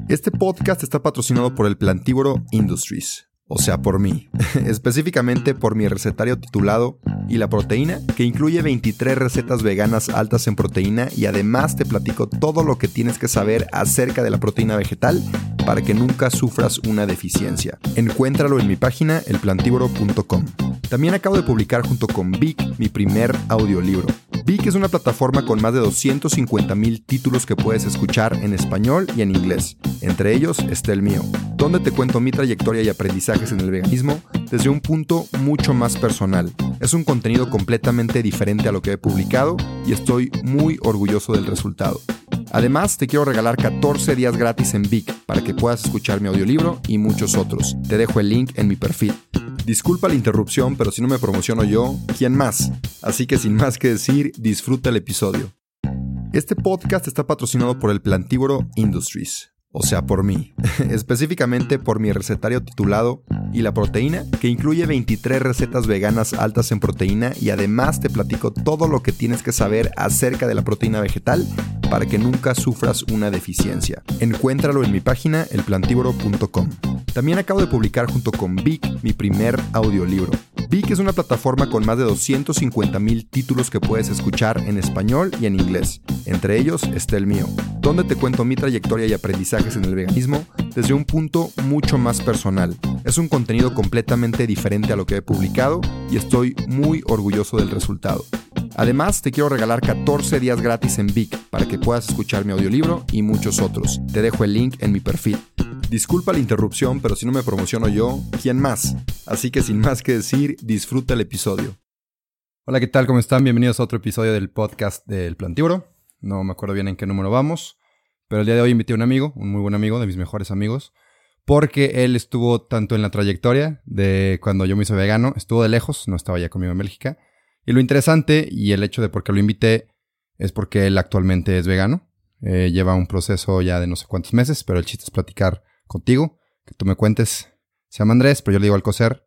Este podcast está patrocinado por el Plantívoro Industries, o sea, por mí, específicamente por mi recetario titulado "Y la proteína", que incluye 23 recetas veganas altas en proteína y además te platico todo lo que tienes que saber acerca de la proteína vegetal para que nunca sufras una deficiencia. Encuéntralo en mi página elplantívoro.com. También acabo de publicar junto con Vic mi primer audiolibro. Vic es una plataforma con más de 250,000 títulos que puedes escuchar en español y en inglés. Entre ellos está el mío, donde te cuento mi trayectoria y aprendizajes en el veganismo desde un punto mucho más personal. Es un contenido completamente diferente a lo que he publicado y estoy muy orgulloso del resultado. Además, te quiero regalar 14 días gratis en Vic para que puedas escuchar mi audiolibro y muchos otros. Te dejo el link en mi perfil. Disculpa la interrupción, pero si no me promociono yo, ¿quién más? Así que sin más que decir, disfruta el episodio. Este podcast está patrocinado por el Plantívoro Industries, o sea, por mí, específicamente por mi recetario titulado "Y la proteína", que incluye 23 recetas veganas altas en proteína y además te platico todo lo que tienes que saber acerca de la proteína vegetal para que nunca sufras una deficiencia. Encuéntralo en mi página elplantívoro.com. También acabo de publicar junto con Vic mi primer audiolibro. Vic es una plataforma con más de 250,000 títulos que puedes escuchar en español y en inglés. Entre ellos está el mío, donde te cuento mi trayectoria y aprendizajes en el veganismo desde un punto mucho más personal. Es un contenido completamente diferente a lo que he publicado y estoy muy orgulloso del resultado. Además, te quiero regalar 14 días gratis en Vic para que puedas escuchar mi audiolibro y muchos otros. Te dejo el link en mi perfil. Disculpa la interrupción, pero si no me promociono yo, ¿quién más? Así que sin más que decir, disfruta el episodio. Hola, ¿qué tal? ¿Cómo están? Bienvenidos a otro episodio del podcast del Plantívoro. No me acuerdo bien en qué número vamos, pero el día de hoy invité a un amigo, un muy buen amigo, de mis mejores amigos, porque él estuvo tanto en la trayectoria de cuando yo me hice vegano, estuvo de lejos, no estaba ya conmigo en Bélgica, y lo interesante y el hecho de por qué lo invité es porque él actualmente es vegano, lleva un proceso ya de no sé cuántos meses, pero el chiste es platicar contigo, que tú me cuentes. Se llama Andrés, pero yo le digo Alcocer.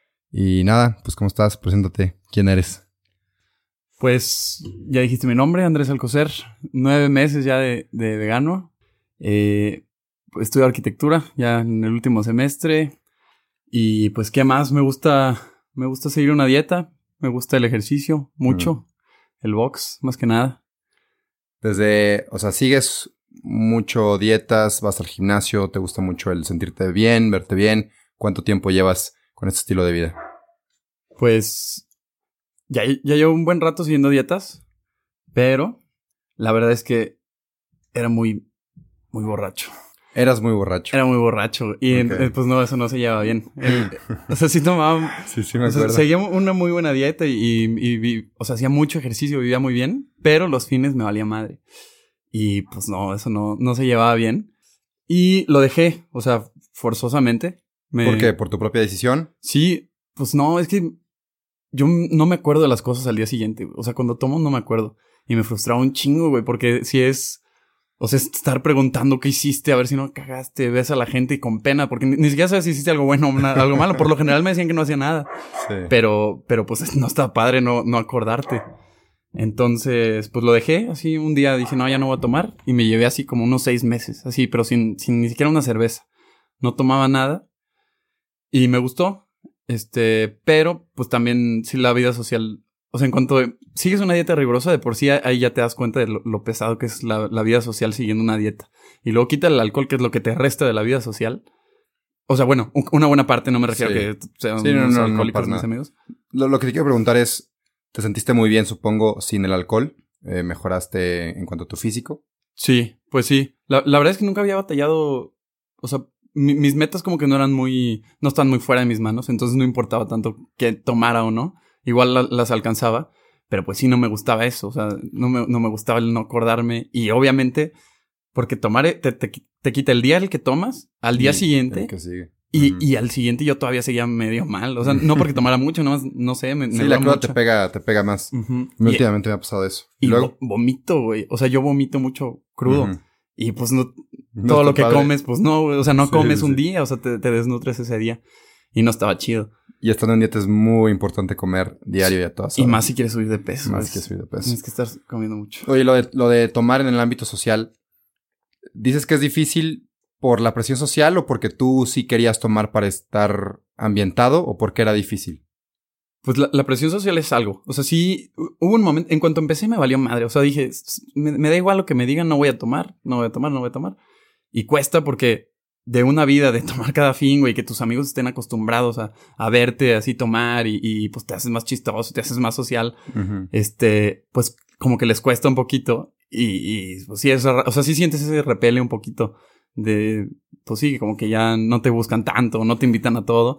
Y nada, pues ¿cómo estás? Preséntate. ¿Quién eres? Pues ya dijiste mi nombre, Andrés Alcocer. 9 meses ya de vegano. Estudio arquitectura ya en el último semestre. Y pues ¿qué más? Me gusta seguir una dieta. Me gusta el ejercicio mucho. El box, más que nada. ¿Sigues mucho dietas, vas al gimnasio, te gusta mucho el sentirte bien, verte bien? ¿Cuánto tiempo llevas con este estilo de vida? Pues ya llevo un buen rato siguiendo dietas, pero la verdad es que era muy borracho. Eras muy borracho. Era muy borracho y okay. Pues no, eso no se lleva bien. Sí tomaba... Sí, me acuerdo. Seguía una muy buena dieta y hacía mucho ejercicio, vivía muy bien, pero los fines me valía madre. Y pues no, eso no se llevaba bien. Y lo dejé, forzosamente. ¿Por qué? ¿Por tu propia decisión? Sí, pues no, es que yo no me acuerdo de las cosas al día siguiente. O sea, cuando tomo no me acuerdo. Y me frustraba un chingo, güey, porque si es... es estar preguntando qué hiciste, a ver si no cagaste, ves a la gente y con pena, porque ni siquiera sabes si hiciste algo bueno o algo malo. Por lo general me decían que no hacía nada. Sí. Pero pues no está padre no acordarte. Entonces, pues lo dejé, así un día dije, no, ya no voy a tomar. Y me llevé así como unos 6 meses, así, pero sin ni siquiera una cerveza. No tomaba nada. Y me gustó. Pero, pues también, sí, la vida social... en cuanto sigues una dieta rigurosa, de por sí ahí ya te das cuenta de lo pesado que es la vida social siguiendo una dieta. Y luego quita el alcohol, que es lo que te resta de la vida social. Bueno, una buena parte, no me refiero a que sean alcohólicos mis amigos. Lo que te quiero preguntar es... ¿Te sentiste muy bien, supongo, sin el alcohol? ¿Mejoraste en cuanto a tu físico? Sí, pues sí. La verdad es que nunca había batallado... mis metas como que no están muy fuera de mis manos. Entonces no importaba tanto que tomara o no. Igual las alcanzaba. Pero pues sí, no me gustaba eso. No me gustaba el no acordarme. Y obviamente, porque tomar te quita el día el que tomas, al día siguiente... El que sigue. Y al siguiente yo todavía seguía medio mal. No porque tomara mucho, no sé. Me la cruda te pega más. Últimamente me ha pasado eso. Y luego vomito, güey. Yo vomito mucho crudo. Y pues no todo lo que padre. Comes, pues no, güey. No comes un día. Te desnutres ese día. Y no estaba chido. Y estando en dieta es muy importante comer diario y a todas horas. Y más si quieres subir de peso. Tienes que estar comiendo mucho. Oye, lo de tomar en el ámbito social. Dices que es difícil... por la presión social o porque tú sí querías tomar para estar ambientado o porque era difícil? Pues la presión social es algo. O sea, sí, hubo un momento, en cuanto empecé me valió madre. O sea, dije, me da igual lo que me digan, no voy a tomar. Y cuesta porque de una vida de tomar cada fin, güey, que tus amigos estén acostumbrados a verte así tomar y pues te haces más chistoso, te haces más social, pues como que les cuesta un poquito y pues sí, o sea, sí sientes ese repele un poquito de, pues sí, como que ya no te buscan tanto, no te invitan a todo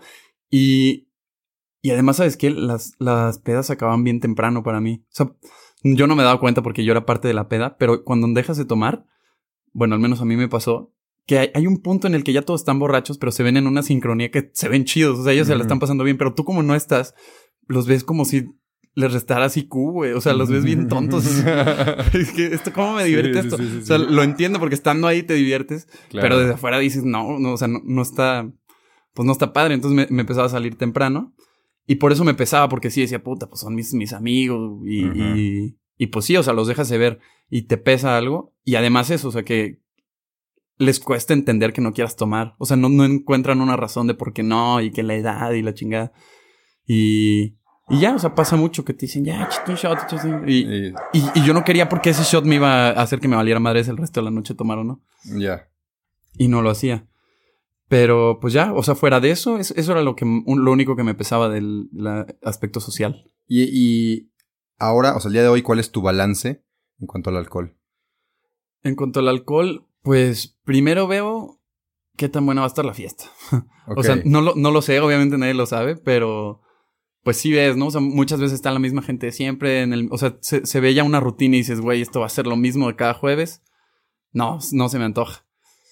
y además, ¿sabes qué? Las pedas acaban bien temprano para mí. O sea, yo no me daba cuenta porque yo era parte de la peda, pero cuando dejas de tomar, bueno, al menos a mí me pasó, que hay un punto en el que ya todos están borrachos, pero se ven en una sincronía que se ven chidos. O sea, ellos se la están pasando bien, pero tú como no estás, los ves como si les restaras IQ, güey. O sea, los ves bien tontos. Es que ¿cómo me divierte esto? Sí. O sea, lo entiendo porque estando ahí te diviertes, claro. Pero desde afuera dices, no, o sea, no está, pues no está padre. Entonces me empezaba a salir temprano y por eso me pesaba, porque sí decía, puta, pues son mis amigos y pues sí, o sea, los dejas de ver y te pesa algo. Y además eso, o sea, que les cuesta entender que no quieras tomar. O sea, no encuentran una razón de por qué no, y que la edad y la chingada. Y ya, o sea, pasa mucho que te dicen, ya, échate un shot. Y yo no quería porque ese shot me iba a hacer que me valiera madres el resto de la noche tomar o no. Ya. Yeah. Y no lo hacía. Pero pues ya, o sea, fuera de eso, eso era lo único que me pesaba del aspecto social. Y ahora, o sea, el día de hoy, ¿cuál es tu balance en cuanto al alcohol? En cuanto al alcohol, pues primero veo qué tan buena va a estar la fiesta. Okay. O sea, no lo sé, obviamente nadie lo sabe, pero pues sí ves, ¿no? O sea, muchas veces está la misma gente siempre o sea, se ve ya una rutina y dices, güey, esto va a ser lo mismo de cada jueves. No se me antoja.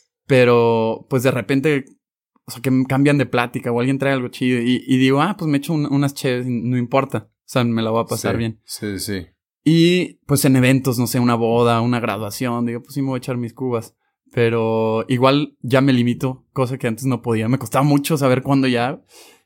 Pero pues de repente, o sea, que cambian de plática o alguien trae algo chido y digo, pues me echo unas chéves, no importa. O sea, me la voy a pasar bien. Sí. Y pues en eventos, no sé, una boda, una graduación, digo, pues sí me voy a echar mis cubas. Pero igual ya me limito, cosa que antes no podía. Me costaba mucho saber cuándo ya.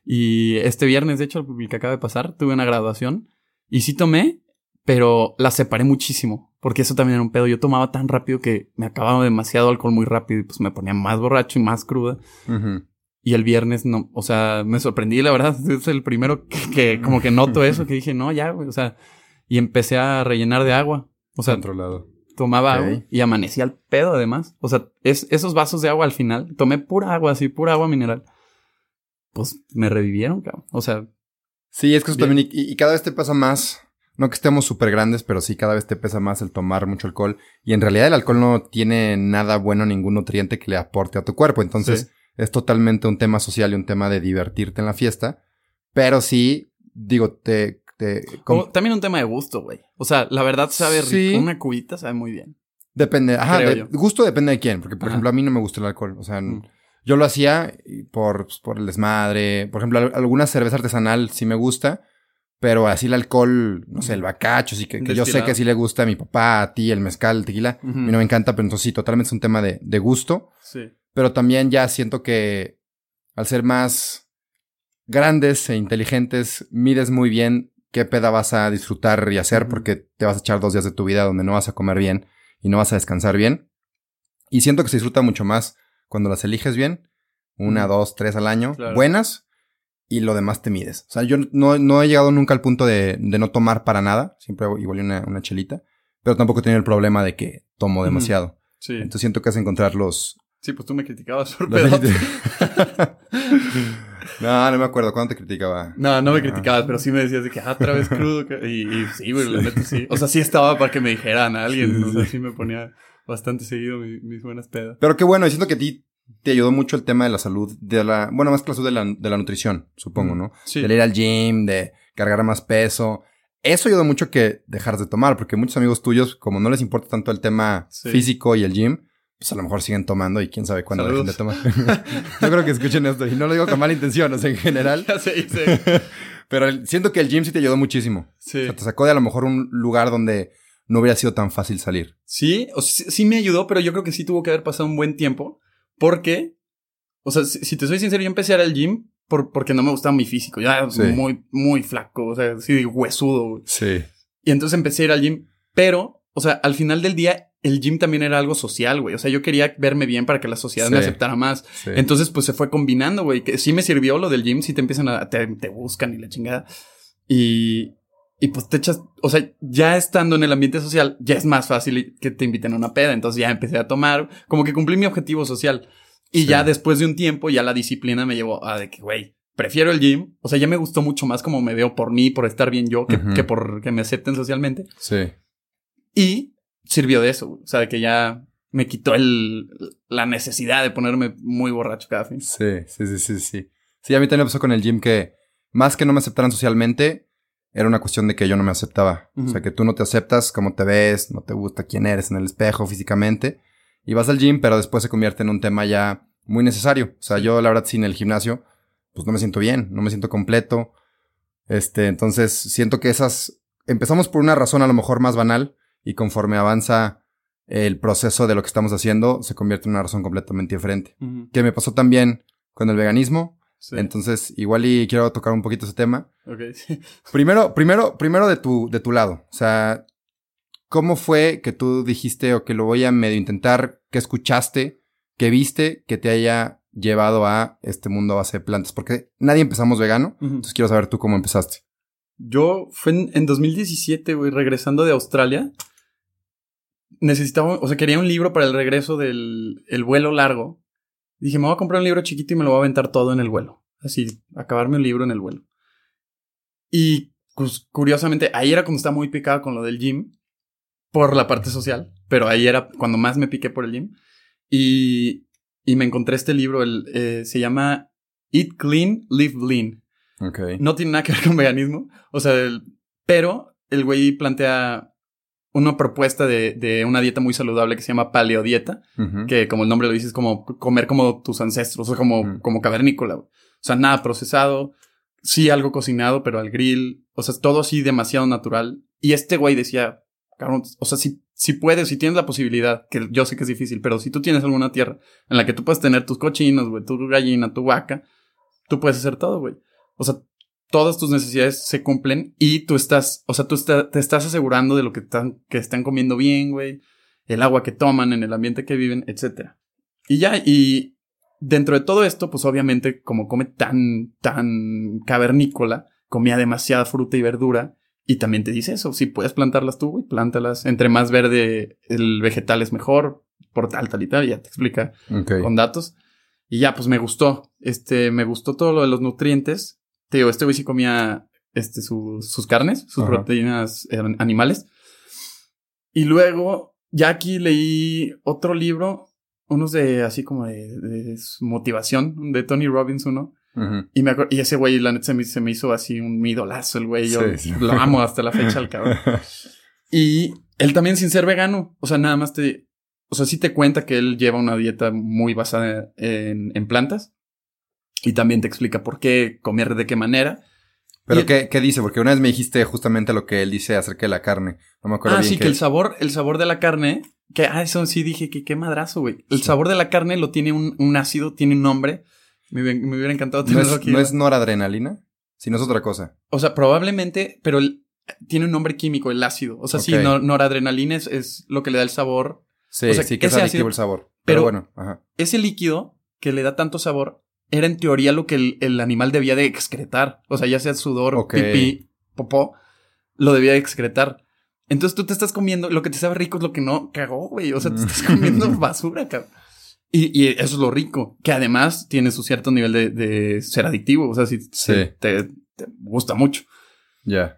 Y este viernes, de hecho, el que acaba de pasar, tuve una graduación. Y sí tomé, pero la separé muchísimo. Porque eso también era un pedo. Yo tomaba tan rápido que me acababa demasiado alcohol muy rápido. Y pues me ponía más borracho y más cruda. Uh-huh. Y el viernes no, o sea, me sorprendí, la verdad. Es el primero que como que noto eso, que dije, no, ya, güey, o sea... Y empecé a rellenar de agua. O sea, controlado. Tomaba agua y amanecía al pedo además. O sea, esos vasos de agua al final, tomé pura agua mineral. Pues me revivieron, cabrón. O sea... Sí, es que eso bien. También... Y cada vez te pesa más. No que estemos súper grandes, pero sí cada vez te pesa más el tomar mucho alcohol. Y en realidad el alcohol no tiene nada bueno, ningún nutriente que le aporte a tu cuerpo. Entonces es totalmente un tema social y un tema de divertirte en la fiesta. Pero sí, digo, también un tema de gusto, güey. O sea, la verdad sabe rico. Una cubita sabe muy bien. Depende. Ajá, gusto depende de quién. Porque, por ejemplo, a mí no me gusta el alcohol. O sea, yo lo hacía por el desmadre. Por ejemplo, alguna cerveza artesanal sí me gusta. Pero así el alcohol, no sé, el bacacho, sí que yo sé que sí le gusta a mi papá, a ti, el mezcal, el tequila. A mí no me encanta, pero entonces sí, totalmente es un tema de gusto. Sí. Pero también ya siento que al ser más grandes e inteligentes, mides muy bien qué peda vas a disfrutar y hacer, porque te vas a echar 2 días de tu vida donde no vas a comer bien y no vas a descansar bien. Y siento que se disfruta mucho más cuando las eliges bien, 1, 2, 3 al año, claro. Buenas, y lo demás te mides. O sea, yo no he llegado nunca al punto de no tomar para nada, siempre igual una chelita, pero tampoco he tenido el problema de que tomo demasiado. Sí. Entonces siento que es encontrar los... Sí, pues tú me criticabas por pedote. No me acuerdo. ¿Cuándo te criticaba? No me criticabas, pero sí me decías de que, otra vez crudo. Y sí, güey, la neta sí. O sea, sí estaba para que me dijeran a alguien. O sea, sí me ponía bastante seguido mis buenas pedas. Pero qué bueno, y siento que a ti te ayudó mucho el tema de la salud, bueno, más que la salud de la nutrición, supongo, ¿no? Sí. De ir al gym, de cargar más peso. Eso ayudó mucho que dejar de tomar, porque muchos amigos tuyos, como no les importa tanto el tema físico y el gym, pues a lo mejor siguen tomando y quién sabe cuándo dejen de tomar. No creo que escuchen esto. Y no lo digo con mala intención, o sea, en general. Sí. Pero siento que el gym sí te ayudó muchísimo. Sí. O sea, te sacó de a lo mejor un lugar donde no hubiera sido tan fácil salir. Sí, o sea, sí me ayudó, pero yo creo que sí tuvo que haber pasado un buen tiempo. Porque, o sea, si te soy sincero, yo empecé a ir al gym porque no me gustaba mi físico. Ya muy, muy flaco, o sea, sí, huesudo. Sí. Y entonces empecé a ir al gym, pero, o sea, al final del día... el gym también era algo social, güey. O sea, yo quería verme bien para que la sociedad me aceptara más. Sí. Entonces, pues se fue combinando, güey. Que sí me sirvió lo del gym, sí te empiezan te buscan y la chingada. Y pues te echas, o sea, ya estando en el ambiente social, ya es más fácil que te inviten a una peda. Entonces ya empecé a tomar, como que cumplí mi objetivo social. Y ya después de un tiempo, ya la disciplina me llevó a de que, güey, prefiero el gym. O sea, ya me gustó mucho más como me veo por mí, por estar bien yo, que por que me acepten socialmente. Sí. Y sirvió de eso, o sea, de que ya me quitó la necesidad de ponerme muy borracho cada fin. Sí. Sí, a mí también me pasó con el gym que más que no me aceptaran socialmente, era una cuestión de que yo no me aceptaba. O sea, que tú no te aceptas como te ves, no te gusta quién eres en el espejo físicamente. Y vas al gym, pero después se convierte en un tema ya muy necesario. O sea, yo la verdad sin el gimnasio, pues no me siento bien, no me siento completo. Entonces siento que empezamos por una razón a lo mejor más banal y conforme avanza el proceso de lo que estamos haciendo, se convierte en una razón completamente diferente. Que me pasó también con el veganismo. Sí. Entonces, igual y quiero tocar un poquito ese tema. Okay, sí. Primero de tu lado. O sea, ¿cómo fue que tú dijiste o que lo voy a medio intentar? ¿Qué escuchaste? ¿Qué viste que te haya llevado a este mundo a base de plantas? Porque nadie empezamos vegano. Entonces quiero saber tú cómo empezaste. Yo fue en 2017, güey, regresando de Australia. Necesitaba, o sea, quería un libro para el regreso del vuelo largo. Dije, me voy a comprar un libro chiquito y me lo voy a aventar todo en el vuelo. Así, acabarme un libro en el vuelo. Y, pues, curiosamente, ahí era cuando estaba muy picado con lo del gym. Por la parte social. Pero ahí era cuando más me piqué por el gym. Y me encontré este libro. Se llama Eat Clean, Live Lean. Okay. No tiene nada que ver con veganismo. O sea, pero el güey plantea una propuesta de una dieta muy saludable que se llama paleodieta, que como el nombre lo dice es como comer como tus ancestros, o como cavernícola. O sea, nada procesado, sí algo cocinado, pero al grill, o sea, todo así demasiado natural. Y este güey decía, cabrón, o sea, si puedes, si tienes la posibilidad, que yo sé que es difícil, pero si tú tienes alguna tierra en la que tú puedes tener tus cochinos, güey, tu gallina, tu vaca, tú puedes hacer todo, güey. O sea, todas tus necesidades se cumplen y tú estás, o sea, te estás asegurando de lo que están comiendo bien, güey, el agua que toman, en el ambiente que viven, etcétera. Y ya, y dentro de todo esto, pues obviamente, como come tan cavernícola, comía demasiada fruta y verdura, y también te dice eso, si puedes plantarlas tú, güey, plántalas. Entre más verde el vegetal es mejor, por tal y tal, ya te explica con datos. Y ya, pues me gustó todo lo de los nutrientes. Te digo, este güey sí comía sus carnes, sus proteínas animales. Y luego, ya aquí leí otro libro, unos de así como de motivación, de Tony Robbins, uno. Y ese güey, la neta, se me hizo así un idolazo, el güey. Yo lo amo hasta la fecha, el cabrón. Y él también sin ser vegano. O sea, nada más o sea, sí te cuenta que él lleva una dieta muy basada en plantas. Y también te explica por qué, comer de qué manera. ¿Pero qué dice? Porque una vez me dijiste justamente lo que él dice acerca de la carne. No me acuerdo bien. Sí, que el sabor de la carne... eso sí dije que qué madrazo, güey. El sabor de la carne lo tiene un ácido, tiene un nombre. Me hubiera encantado tenerlo aquí. ¿No es noradrenalina? Sino es otra cosa. O sea, probablemente, pero tiene un nombre químico, el ácido. O sea, sí, noradrenalina es lo que le da el sabor. Sí, o sea, sí que es adictivo ácido, el sabor. Pero bueno, ese líquido que le da tanto sabor era en teoría lo que el animal debía de excretar. O sea, ya sea sudor, pipí, popó, lo debía de excretar. Entonces tú te estás comiendo, lo que te sabe rico es lo que no cagó, güey. O sea, te estás comiendo basura, cabrón. Y eso es lo rico, que además tiene su cierto nivel de ser adictivo. O sea, si te gusta mucho. Ya.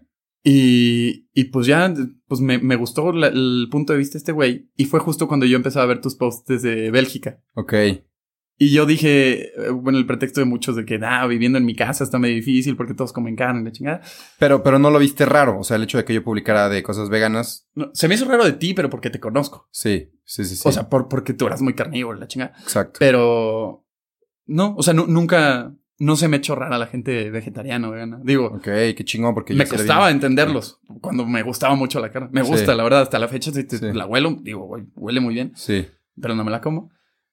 Y pues ya, pues me gustó el punto de vista de este güey. Y fue justo cuando yo empezaba a ver tus posts desde Bélgica. Ok. Y yo dije, bueno, el pretexto de muchos de que, viviendo en mi casa está medio difícil porque todos comen carne, la chingada. Pero no lo viste raro, o sea, el hecho de que yo publicara de cosas veganas. No, se me hizo raro de ti, pero porque te conozco. Sí. O sea, porque tú eras muy carnívoro, la chingada. Exacto. Pero, no, o sea, nunca, no se me echó rara la gente vegetariana o vegana. Digo. Ok, qué chingón, porque me costaba entenderlos cuando me gustaba mucho la carne. Me gusta, la verdad, hasta la fecha, si la huelo, digo, huele muy bien. Sí. Pero no me la como.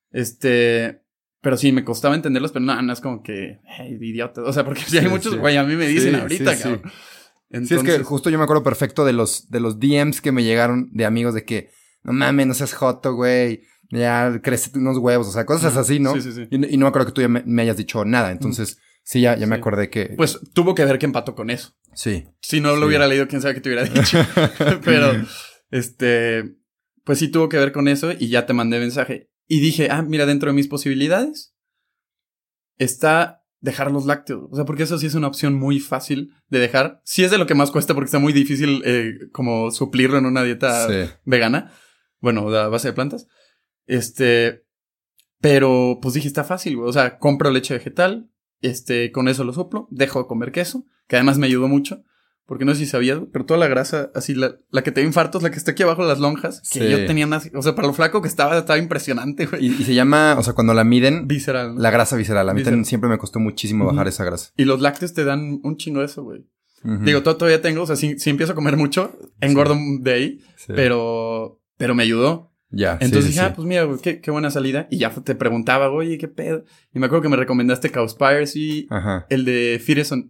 Pero sí, me costaba entenderlos, pero no es como que, hey, idiota. O sea, porque si hay muchos, güey, a mí me dicen ahorita, cabrón. Entonces... Sí, es que justo yo me acuerdo perfecto de los DMs que me llegaron de amigos de que, no mames, no seas joto, güey. Ya crécete unos huevos, o sea, cosas así, ¿no? Sí. Y no me acuerdo que tú ya me hayas dicho nada, entonces sí, ya me acordé que... Pues tuvo que ver que empató con eso. Sí. Si no lo hubiera leído, quién sabe qué te hubiera dicho. Pero, pues sí tuvo que ver con eso y ya te mandé mensaje. Y dije, mira, dentro de mis posibilidades está dejar los lácteos. O sea, porque eso sí es una opción muy fácil de dejar. Sí es de lo que más cuesta porque está muy difícil como suplirlo en una dieta vegana. Bueno, a base de plantas. Pero pues dije, está fácil, güey. O sea, compro leche vegetal, con eso lo suplo, dejo de comer queso, que además me ayudó mucho, porque no sé si sabías, pero toda la grasa, así, la que te da infartos, la que está aquí abajo de las lonjas, que yo tenía unas, o sea, para lo flaco que estaba impresionante, güey. Y se llama, o sea, cuando la miden... Visceral, ¿no? La grasa visceral. A mí siempre me costó muchísimo bajar esa grasa. Y los lácteos te dan un chingo de eso, güey. Digo, todavía tengo, o sea, si empiezo a comer mucho, engordo de ahí, pero me ayudó. Ya, entonces dije, pues mira, güey, qué buena salida. Y ya te preguntaba, oye, ¿qué pedo? Y me acuerdo que me recomendaste Cowspiracy, el de Fetus on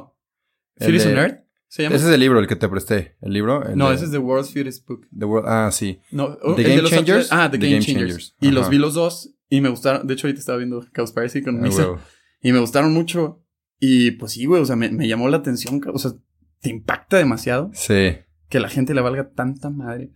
Earth, ¿se llama? Ese es el libro, el que te presté. ¿El libro? Ese es The World's Fewest Book. Sí. No, The Game Changers. The Game Changers. Y los vi los dos y me gustaron. De hecho, ahorita estaba viendo Cowspiracy con Misa. Y me gustaron mucho. Y pues sí, güey, o sea, me llamó la atención. O sea, te impacta demasiado. Sí. Que la gente le valga tanta madre.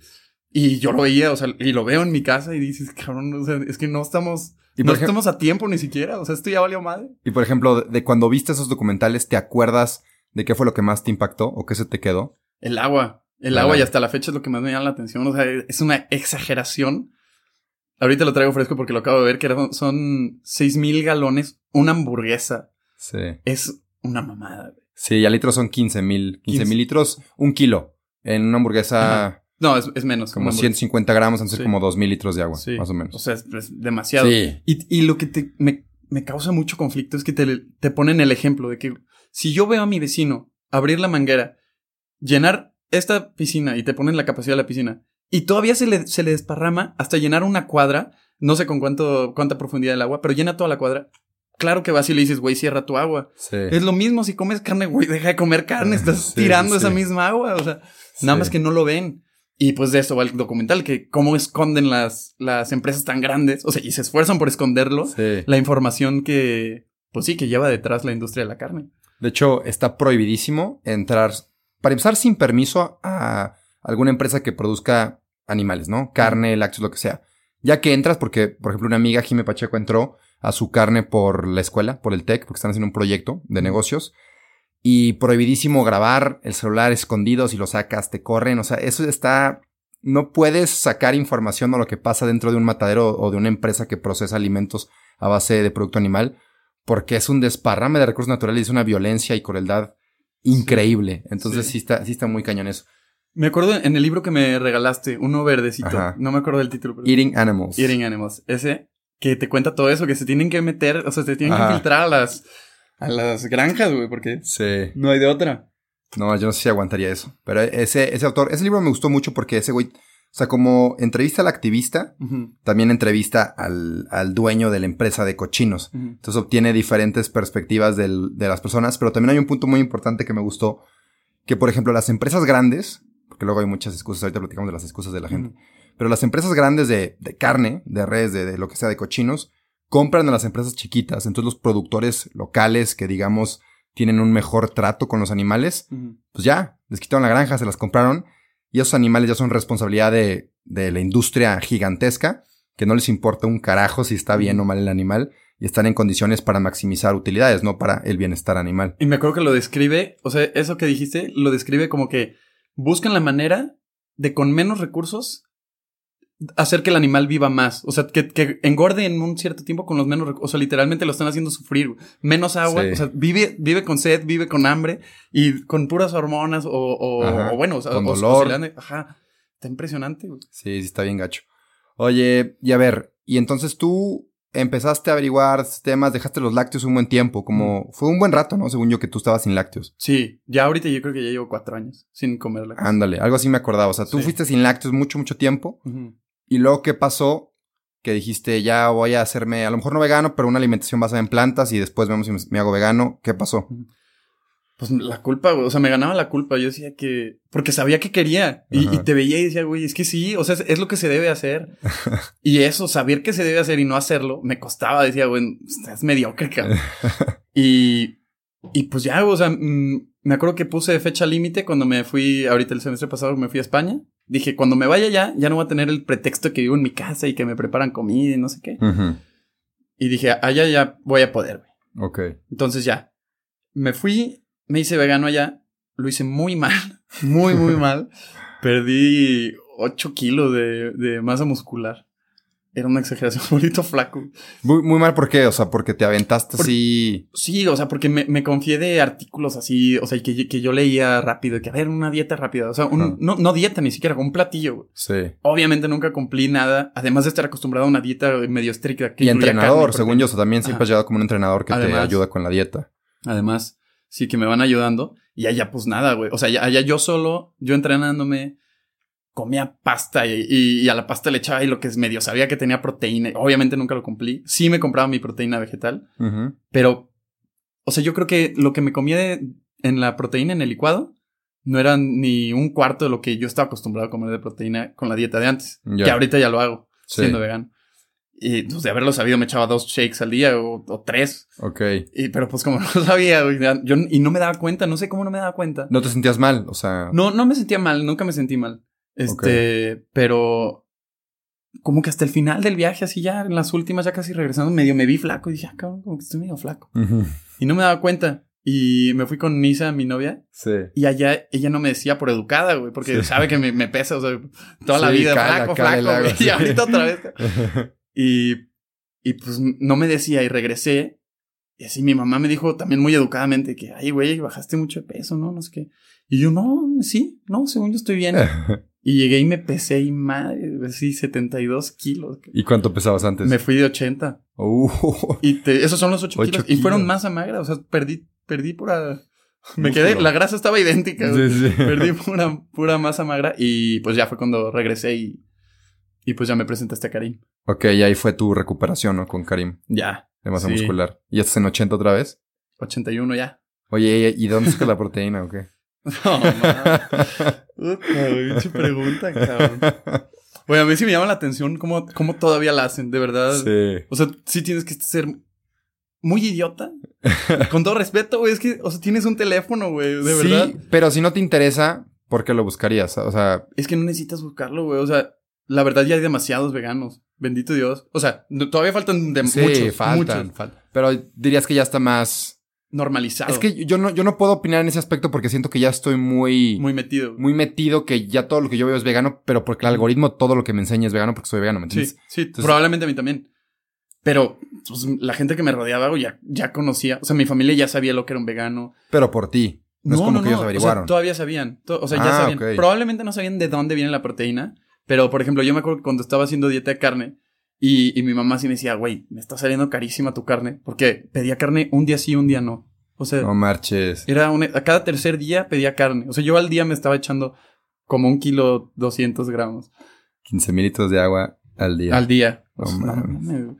Y yo lo veía, o sea, y lo veo en mi casa y dices, cabrón, o sea, es que no estamos a tiempo ni siquiera, o sea, esto ya valió madre. Y por ejemplo, de cuando viste esos documentales, ¿te acuerdas de qué fue lo que más te impactó o qué se te quedó? El agua y hasta la fecha es lo que más me llama la atención, o sea, es una exageración. Ahorita lo traigo fresco porque lo acabo de ver, que son 6,000 galones, una hamburguesa. Sí. Es una mamada, güey. Sí, a litros son 15,000 litros, 1 kilo en una hamburguesa... Ajá. No, es menos. Como 150 gramos, entonces como 2,000 litros de agua, más o menos. O sea, es demasiado. Sí. Y lo que me causa mucho conflicto es que te ponen el ejemplo de que si yo veo a mi vecino abrir la manguera, llenar esta piscina y te ponen la capacidad de la piscina y todavía se le desparrama hasta llenar una cuadra, no sé con cuánta profundidad del agua, pero llena toda la cuadra. Claro que vas y le dices, güey, cierra tu agua. Sí. Es lo mismo si comes carne, güey, deja de comer carne, estás tirando esa misma agua, o sea, nada más que no lo ven. Y pues de eso va el documental, que cómo esconden las empresas tan grandes, o sea, y se esfuerzan por esconderlo, la información que, pues sí, que lleva detrás la industria de la carne. De hecho, está prohibidísimo entrar, para empezar, sin permiso a alguna empresa que produzca animales, ¿no? Carne, lácteos, lo que sea. Ya que entras, porque, por ejemplo, una amiga, Jime Pacheco, entró a su carne por la escuela, por el TEC, porque están haciendo un proyecto de negocios. Y prohibidísimo grabar el celular escondido, si lo sacas te corren, o sea, eso está... No puedes sacar información de lo que pasa dentro de un matadero o de una empresa que procesa alimentos a base de producto animal, porque es un desparrame de recursos naturales y es una violencia y crueldad increíble. Entonces sí está muy cañón eso. Me acuerdo en el libro que me regalaste, uno verdecito, no me acuerdo del título. Pero... Eating Animals. Ese que te cuenta todo eso, que se tienen que meter, o sea, se tienen que infiltrar a las granjas, güey, porque no hay de otra. No, yo no sé si aguantaría eso. Pero ese autor, ese libro me gustó mucho porque ese güey, o sea, como entrevista al activista, también entrevista al dueño de la empresa de cochinos. Entonces obtiene diferentes perspectivas de las personas, pero también hay un punto muy importante que me gustó, que por ejemplo las empresas grandes, porque luego hay muchas excusas, ahorita platicamos de las excusas de la gente, pero las empresas grandes de carne, de res, de lo que sea, de cochinos, compran a las empresas chiquitas. Entonces los productores locales que digamos tienen un mejor trato con los animales, pues ya, les quitaron la granja, se las compraron y esos animales ya son responsabilidad de la industria gigantesca, que no les importa un carajo si está bien o mal el animal y están en condiciones para maximizar utilidades, no para el bienestar animal. Y me acuerdo que lo describe, o sea, eso que dijiste, lo describe como que buscan la manera de con menos recursos hacer que el animal viva más. O sea, que engorde en un cierto tiempo con los menos recursos. O sea, literalmente lo están haciendo sufrir. Menos agua. O sea, vive con sed, vive con hambre y con puras hormonas o bueno, o sea, con dolor. Está impresionante, güey. Sí, está bien gacho. Oye, y a ver, y entonces tú empezaste a averiguar temas, dejaste los lácteos un buen tiempo, como fue un buen rato, ¿no? Según yo, que tú estabas sin lácteos. Sí, ya ahorita yo creo que ya llevo 4 años sin comer lácteos. Ándale, algo así me acordaba. O sea, tú fuiste sin lácteos mucho tiempo. Y luego, ¿qué pasó? Que dijiste, ya voy a hacerme, a lo mejor no vegano, pero una alimentación basada en plantas y después vemos si me hago vegano. ¿Qué pasó? Pues la culpa, güey. O sea, me ganaba la culpa. Yo decía que... Porque sabía que quería. Y te veía y decía, güey, es que sí. O sea, es lo que se debe hacer. Y eso, saber que se debe hacer y no hacerlo, me costaba. Decía, güey, estás mediocre, cabrón. Y pues ya, o sea, me acuerdo que puse fecha límite cuando me fui... Ahorita el semestre pasado me fui a España. Dije, cuando me vaya ya no voy a tener el pretexto de que vivo en mi casa y que me preparan comida y no sé qué. Y dije, allá ya voy a poder, güey. Ok. Entonces ya. Me fui... Me hice vegano allá, lo hice muy mal, muy, muy mal. Perdí 8 kilos de masa muscular. Era una exageración, bonito flaco. Muy, muy mal, ¿por qué? O sea, porque te aventaste así... Sí, o sea, porque me confié de artículos así, o sea, y que yo leía rápido, que a ver, una dieta rápida. O sea, no dieta ni siquiera, un platillo, güey. Sí. Obviamente nunca cumplí nada, además de estar acostumbrado a una dieta medio estricta. Que y entrenador, según yo, o sea, también siempre has llegado como un entrenador que además, te ayuda con la dieta. Además... Sí, que me van ayudando. Y allá, pues nada, güey. O sea, allá yo solo, yo entrenándome, comía pasta y a la pasta le echaba y lo que es medio sabía que tenía proteína. Obviamente nunca lo cumplí. Sí me compraba mi proteína vegetal. Pero, o sea, yo creo que lo que me comía en la proteína en el licuado no era ni un cuarto de lo que yo estaba acostumbrado a comer de proteína con la dieta de antes. Yeah. Que ahorita ya lo hago, siendo vegano. Y pues de haberlo sabido me echaba 2 shakes al día o 3. Ok. Pero pues como no lo sabía, y no me daba cuenta, no sé cómo no me daba cuenta. ¿No te sentías mal? O sea... No me sentía mal, nunca me sentí mal. Pero como que hasta el final del viaje, así ya en las últimas, ya casi regresando, medio me vi flaco. Y dije, cabrón, como que estoy medio flaco. Y no me daba cuenta. Y me fui con Nisa, mi novia. Sí. Y allá ella no me decía por educada, güey, porque sabe que me pesa, o sea, toda la vida, flaco, lago, güey. Y ahorita otra vez. Y pues no me decía y regresé. Y así mi mamá me dijo también muy educadamente que, ay, güey, bajaste mucho de peso, ¿no? No sé qué. Y yo, no, según yo estoy bien. Y llegué y me pesé y madre, sí, 72 kilos. ¿Y cuánto pesabas antes? Me fui de 80. Y esos son los 8 kilos. Y fueron masa magra, o sea, perdí pura... Me quedé, la grasa estaba idéntica. Sí. Perdí pura masa magra. Y pues ya fue cuando regresé y pues ya me presentaste a Karim. Ok, y ahí fue tu recuperación, ¿no? Con Karim. Ya. De masa muscular. ¿Y ya estás en 80 otra vez? 81 ya. Oye, ¿y dónde está la proteína o qué? No, man. Pinche pregunta, cabrón. Oye, a mí sí me llama la atención cómo todavía la hacen, de verdad. Sí. O sea, sí tienes que ser muy idiota. Con todo respeto, güey. Es que, o sea, tienes un teléfono, güey, de verdad. Sí, pero si no te interesa, ¿por qué lo buscarías? O sea... Es que no necesitas buscarlo, güey. O sea, la verdad ya hay demasiados veganos. Bendito Dios. O sea, todavía faltan muchos. Faltan. Pero dirías que ya está más... normalizado. Es que yo no puedo opinar en ese aspecto porque siento que ya estoy muy metido. Muy metido, que ya todo lo que yo veo es vegano, pero porque el algoritmo todo lo que me enseña es vegano porque soy vegano, ¿me entiendes? Sí, entonces, probablemente a mí también. Pero pues, la gente que me rodeaba ya conocía. O sea, mi familia ya sabía lo que era un vegano. Pero por ti. No es como que ellos averiguaron. O sea, todavía sabían. Ya sabían. Okay. Probablemente no sabían de dónde viene la proteína. Pero, por ejemplo, yo me acuerdo que cuando estaba haciendo dieta de carne y mi mamá sí me decía, güey, me está saliendo carísima tu carne. Porque pedía carne un día sí, un día no. O sea, no marches. A cada tercer día pedía carne. O sea, yo al día me estaba echando como 1 kilo 200 gramos. 15 mililitros de agua al día. Al día. No, o sea, no.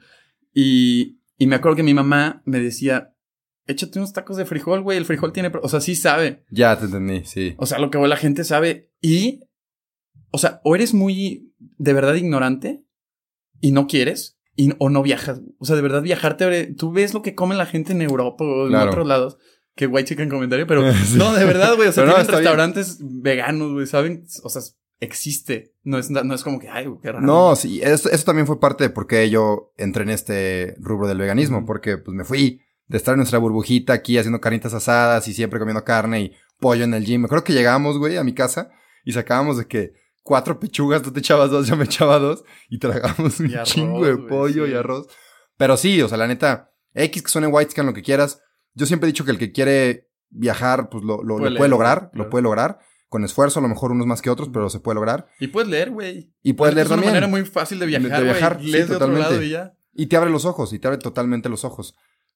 Y me acuerdo que mi mamá me decía, échate unos tacos de frijol, güey. El frijol tiene... O sea, sí sabe. Ya te entendí, sí. O sea, lo que la gente sabe. Y... O sea, o eres muy de verdad ignorante y no quieres o no viajas. O sea, de verdad viajarte, tú ves lo que come la gente en Europa o en otros lados. Que white chicken comentario, pero sí. No, de verdad, güey. O sea, tienen restaurantes veganos, güey, ¿saben? O sea, existe. No es como que, ay, güey, qué raro. No, sí, eso también fue parte de por qué yo entré en este rubro del veganismo. Porque pues me fui de estar en nuestra burbujita aquí haciendo carnitas asadas y siempre comiendo carne y pollo en el gym. Me acuerdo que llegábamos, güey, a mi casa y sacábamos de que 4 pechugas, tú te echabas 2, yo me echaba 2 y tragamos un chingo de pollo y arroz. Pero sí, o sea, la neta, X que suene whitescan, lo que quieras. Yo siempre he dicho que el que quiere viajar, pues lo puede lograr, claro. Lo puede lograr. Con esfuerzo, a lo mejor unos más que otros, pero se puede lograr. Y puedes leer, güey. Y puedes leer también. Es una manera muy fácil de viajar, güey. Lees de otro lado y ya. Y te abre los ojos, y te abre totalmente los ojos.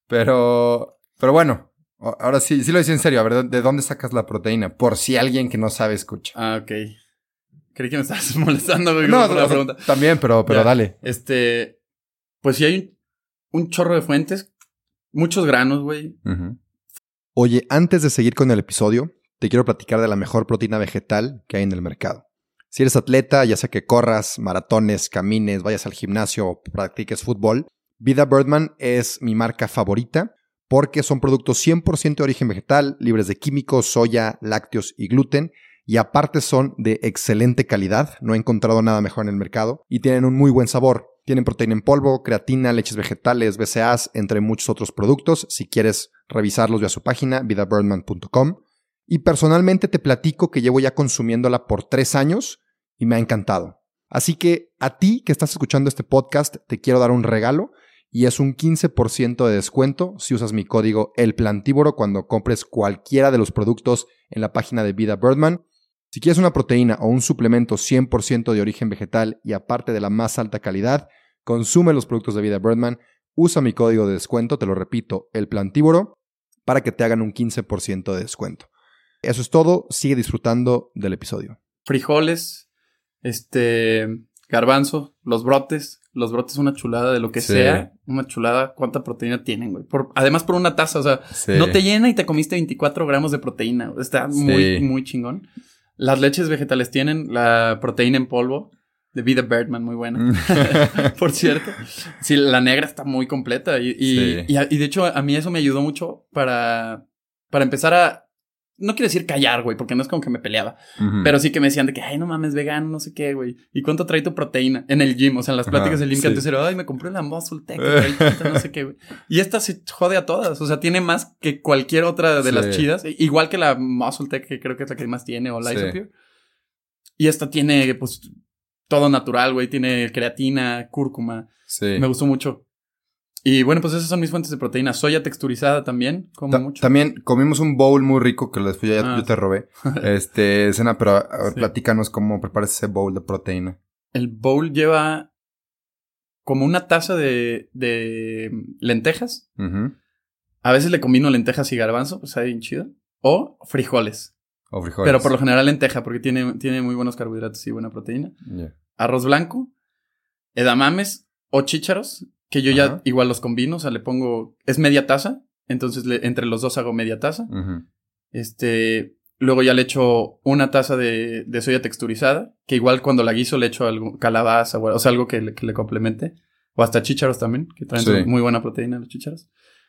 Pero bueno, ahora sí lo decía en serio. A ver, ¿de dónde sacas la proteína? Por si alguien que no sabe escucha. Ah, ok. Creí que me estabas molestando, güey. No, la pregunta. También, pero dale. Pues sí hay un chorro de fuentes. Muchos granos, güey. Oye, antes de seguir con el episodio, te quiero platicar de la mejor proteína vegetal que hay en el mercado. Si eres atleta, ya sea que corras, maratones, camines, vayas al gimnasio o practiques fútbol, Vida Birdman es mi marca favorita porque son productos 100% de origen vegetal, libres de químicos, soya, lácteos y gluten, y aparte son de excelente calidad, no he encontrado nada mejor en el mercado, y tienen un muy buen sabor. Tienen proteína en polvo, creatina, leches vegetales, BCAAs, entre muchos otros productos. Si quieres revisarlos, ve a su página, vidabirdman.com. Y personalmente te platico que llevo ya consumiéndola por 3 años y me ha encantado. Así que a ti que estás escuchando este podcast, te quiero dar un regalo y es un 15% de descuento si usas mi código ELPLANTÍVORO cuando compres cualquiera de los productos en la página de Vida Birdman. Si quieres una proteína o un suplemento 100% de origen vegetal y aparte de la más alta calidad, consume los productos de Vida Birdman, usa mi código de descuento, te lo repito, ELPLANTÍVORO, para que te hagan un 15% de descuento. Eso es todo, sigue disfrutando del episodio. Frijoles, garbanzo, los brotes una chulada de lo que sea, una chulada, ¿cuánta proteína tienen, güey? Además por una taza, o sea, no te llena y te comiste 24 gramos de proteína, está muy, muy chingón. Las leches vegetales tienen la proteína en polvo de Vida Birdman, muy buena. Por cierto. Sí, la negra está muy completa. Y de hecho, a mí eso me ayudó mucho para empezar a... No quiero decir callar, güey, porque no es como que me peleaba. Uh-huh. Pero sí que me decían de que, ay, no mames, vegano, no sé qué, güey. ¿Y cuánto trae tu proteína? En el gym, o sea, en las pláticas del gym que antes era, ay, me compré la Muscle Tech, no sé qué, güey. Y esta se jode a todas. O sea, tiene más que cualquier otra de las chidas. Igual que la Muscle Tech, que creo que es la que más tiene, o la Isopure. Y esta tiene, pues, todo natural, güey. Tiene creatina, cúrcuma. Sí. Me gustó mucho. Y bueno, pues esas son mis fuentes de proteína. Soya texturizada también, como mucho. También comimos un bowl muy rico que después yo te robé. Cena, pero a ver, platícanos cómo preparas ese bowl de proteína. El bowl lleva como una taza de lentejas. Uh-huh. A veces le combino lentejas y garbanzo, pues sabe bien chido. O frijoles. Pero por lo general lenteja, porque tiene muy buenos carbohidratos y buena proteína. Yeah. Arroz blanco, edamames o chícharos. Que yo ya igual los combino, o sea, le pongo... Es media taza, entonces entre los dos hago media taza. Uh-huh. Luego ya le echo una taza de soya texturizada, que igual cuando la guiso le echo algo, calabaza, o sea, algo que le complemente. O hasta chícharos también, que traen muy buena proteína los chícharos.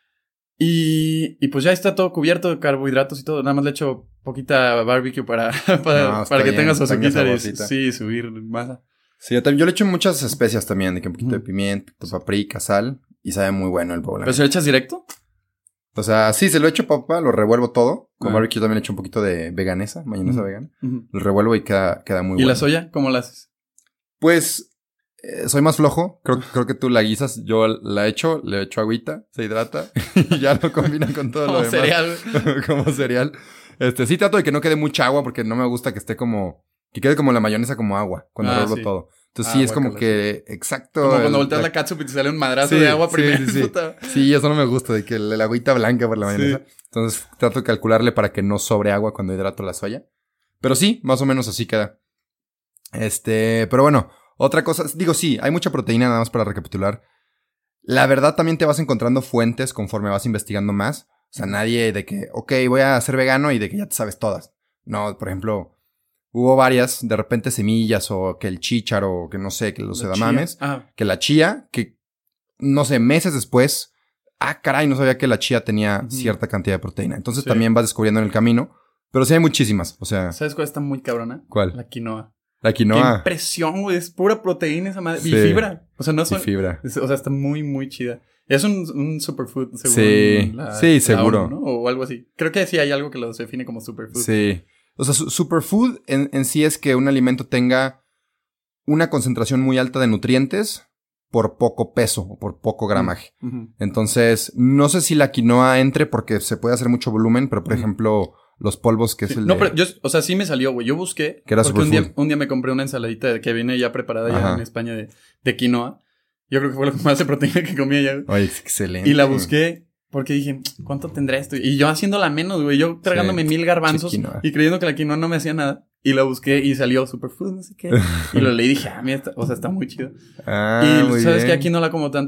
Y pues ya está todo cubierto de carbohidratos y todo. Nada más le echo poquita barbecue para que tenga su azuquita y subir masa. Sí, yo le echo muchas especias también, de que un poquito de pimienta, paprika, sal, y sabe muy bueno el bowl. ¿Pero se lo echas directo? O sea, sí, se lo echo papá, lo revuelvo todo. Con barbecue también le echo un poquito de veganesa, mayonesa vegana. Lo revuelvo y queda muy bueno. ¿Y la soya? ¿Cómo la haces? Pues, soy más flojo. Creo que tú la guisas. Yo la echo, le echo agüita, se hidrata y ya lo combinan con todo lo demás. Cereal. Como cereal. Sí trato de que no quede mucha agua porque no me gusta que esté como... Que quede como la mayonesa como agua cuando revuelvo todo. Entonces sí, es como que... Exacto. Como cuando volteas la catsup y te sale un madrazo de agua primero. Sí, eso no me gusta, de que la agüita blanca por la mayonesa. Sí. Entonces trato de calcularle para que no sobre agua cuando hidrato la soya. Pero sí, más o menos así queda. Pero bueno, otra cosa... Digo, sí, hay mucha proteína, nada más para recapitular. La verdad también te vas encontrando fuentes conforme vas investigando más. O sea, nadie de que, ok, voy a ser vegano y de que ya te sabes todas. No, por ejemplo... Hubo varias, de repente semillas o que el chícharo, o que no sé, que los edamames, que la chía, que no sé, meses después, caray, no sabía que la chía tenía cierta cantidad de proteína. Entonces también vas descubriendo en el camino, pero sí hay muchísimas, o sea. ¿Sabes cuál está muy cabrona? ¿Cuál? La quinoa. La quinoa. Qué impresión, güey, es pura proteína esa madre. Sí. Y fibra. O sea, no son. Y fibra. O sea, está muy, muy chida. Es un superfood, seguro. Sí, seguro. ONU, ¿no? O algo así. Creo que sí hay algo que los define como superfood. Sí. O sea, superfood en sí es que un alimento tenga una concentración muy alta de nutrientes por poco peso o por poco gramaje. Uh-huh. Entonces, no sé si la quinoa entre porque se puede hacer mucho volumen, pero por ejemplo, los polvos que es el pero o sea, sí me salió, güey. Yo busqué. Que era porque un día me compré una ensaladita que viene ya preparada ya en España de quinoa. Yo creo que fue lo que más de proteína que comía ya. Ay, es excelente. Y la busqué. Porque dije, ¿cuánto tendrá esto? Y yo haciéndola menos, güey. Yo tragándome 1000 garbanzos y creyendo que la quinoa no me hacía nada. Y la busqué y salió superfood, no sé qué. Y lo leí y dije, mira, o sea, está muy chido. Y ¿sabes qué? Aquí no la como tanto.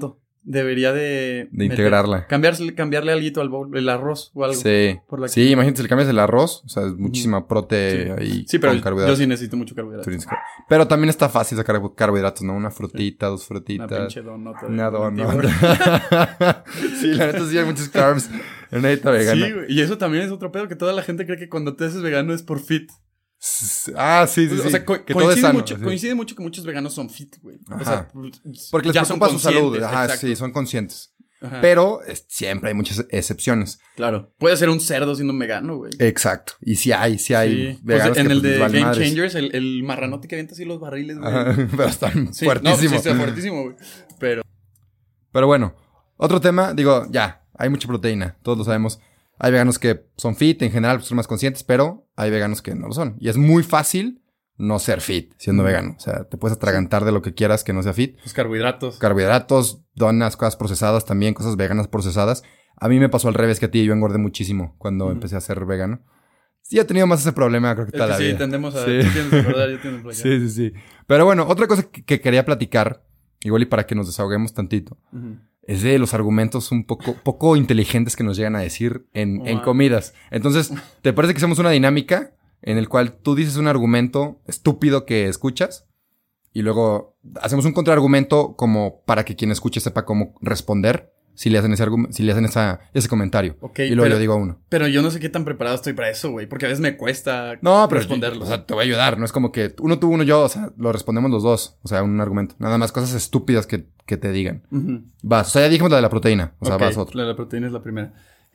debería de integrarla. Cambiarle alguito al bowl, el arroz o algo. Sí. Sí, imagínate si le cambias el arroz, o sea, es muchísima prote ahí. Sí, pero yo sí necesito mucho carbohidrato. Pero también está fácil sacar carbohidratos, ¿no? Una frutita, 2 frutitas. Una pinche donota. Una donota. Sí, la neta sí hay muchos carbs en una dieta vegana. Sí, güey. Y eso también es otro pedo que toda la gente cree que cuando te haces vegano es por fit. Ah, sí. O sea, que todo es sano. Coincide mucho que muchos veganos son fit, güey. O sea, porque les preocupa su salud. Ajá, exacto. Sí, son conscientes. Ajá. Pero siempre hay muchas excepciones. Claro. Puede ser un cerdo siendo un vegano, güey. Exacto. Y sí hay veganos pues en el de Game madres. Changers, el marranote que avienta así los barriles, güey. Pero están fuertísimos. No, sí, está fuertísimo, güey. Pero bueno, otro tema, digo, hay mucha proteína, todos lo sabemos. Hay veganos que son fit, en general son más conscientes, pero hay veganos que no lo son. Y es muy fácil no ser fit siendo vegano. O sea, te puedes atragantar de lo que quieras que no sea fit. Los carbohidratos. Donas, cosas procesadas también, cosas veganas procesadas. A mí me pasó al revés que a ti. Yo engordé muchísimo cuando empecé a ser vegano. Sí, he tenido más ese problema, creo que toda la vida. Sí, tendemos a... Sí. Tú tienes que engordar, yo tengo que placar. Sí. Pero bueno, otra cosa que quería platicar, igual y para que nos desahoguemos tantito, es de los argumentos un poco inteligentes que nos llegan a decir en comidas. Entonces, ¿te parece que hacemos una dinámica en el cual tú dices un argumento estúpido que escuchas y luego hacemos un contraargumento como para que quien escuche sepa cómo responder si le hacen ese comentario? Okay, y luego yo digo a uno. Pero yo no sé qué tan preparado estoy para eso, güey, porque a veces me cuesta responderlo. O sea, te voy a ayudar. No es como que uno tú, uno yo. O sea, lo respondemos los dos. O sea, un argumento. Nada más cosas estúpidas que te digan. Vas. O sea, ya dijimos la de la proteína. O sea, vas otro. La de la proteína es la primera.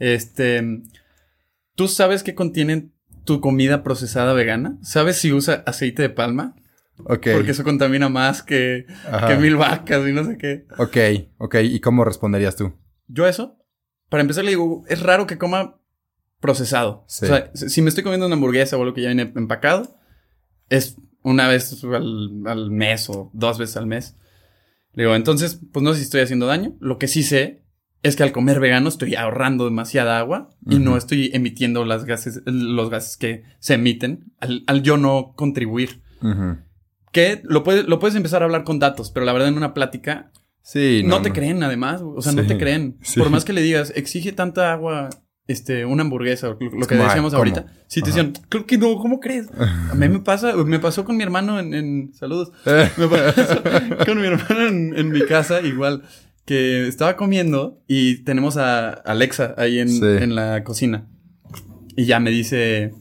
¿Tú sabes qué contiene tu comida procesada vegana? ¿Sabes si usa aceite de palma? Ok. Porque eso contamina más que 1000 vacas y no sé qué. Ok. ¿Y cómo responderías tú? Yo eso, para empezar le digo, es raro que coma procesado. Sí. O sea, si me estoy comiendo una hamburguesa o algo que ya viene empacado, es una vez al mes o 2 veces al mes. Le digo, entonces, pues no sé si estoy haciendo daño. Lo que sí sé es que al comer vegano estoy ahorrando demasiada agua y no estoy emitiendo los gases que se emiten al yo no contribuir. Que lo puedes empezar a hablar con datos, pero la verdad en una plática no te creen además. O sea, no te creen. Sí. Por más que le digas, exige tanta agua una hamburguesa, lo que decíamos ahorita. Si te decían, creo que no, ¿cómo crees? A mí me pasó con mi hermano en saludos. Me pasó con mi hermano en mi casa igual, que estaba comiendo y tenemos a Alexa ahí en la cocina. Y ya me dice,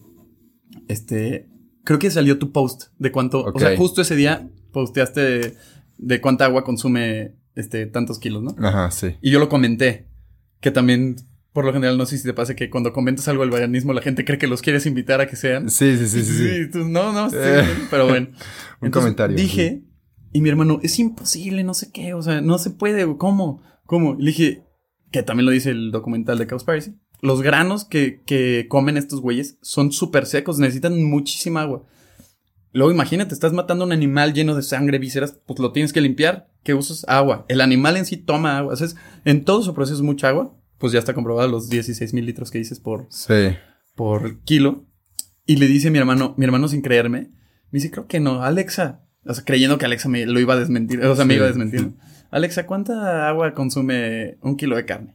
creo que salió tu post de cuánto, o sea, justo ese día posteaste de cuánta agua consume tantos kilos, ¿no? Ajá, sí. Y yo lo comenté, que también, por lo general, no sé si te pasa que cuando comentas algo del veganismo, la gente cree que los quieres invitar a que sean. Sí. Tú, no, pero bueno. Un comentario. Dije, y mi hermano, es imposible, no sé qué, o sea, no se puede, ¿cómo? Y le dije, que también lo dice el documental de Cowspiracy, los granos que comen estos güeyes son súper secos, necesitan muchísima agua. Luego imagínate, estás matando a un animal lleno de sangre, vísceras, pues lo tienes que limpiar. ¿Qué usas? Agua. El animal en sí toma agua. O sea, en todo su proceso es mucha agua. Pues ya está comprobado los 16,000 litros que dices por kilo. Y le dice mi hermano sin creerme, me dice, creo que no, Alexa. O sea, creyendo que Alexa me lo iba a desmentir. O sea, me iba a desmentir. Alexa, ¿cuánta agua consume 1 kilo de carne?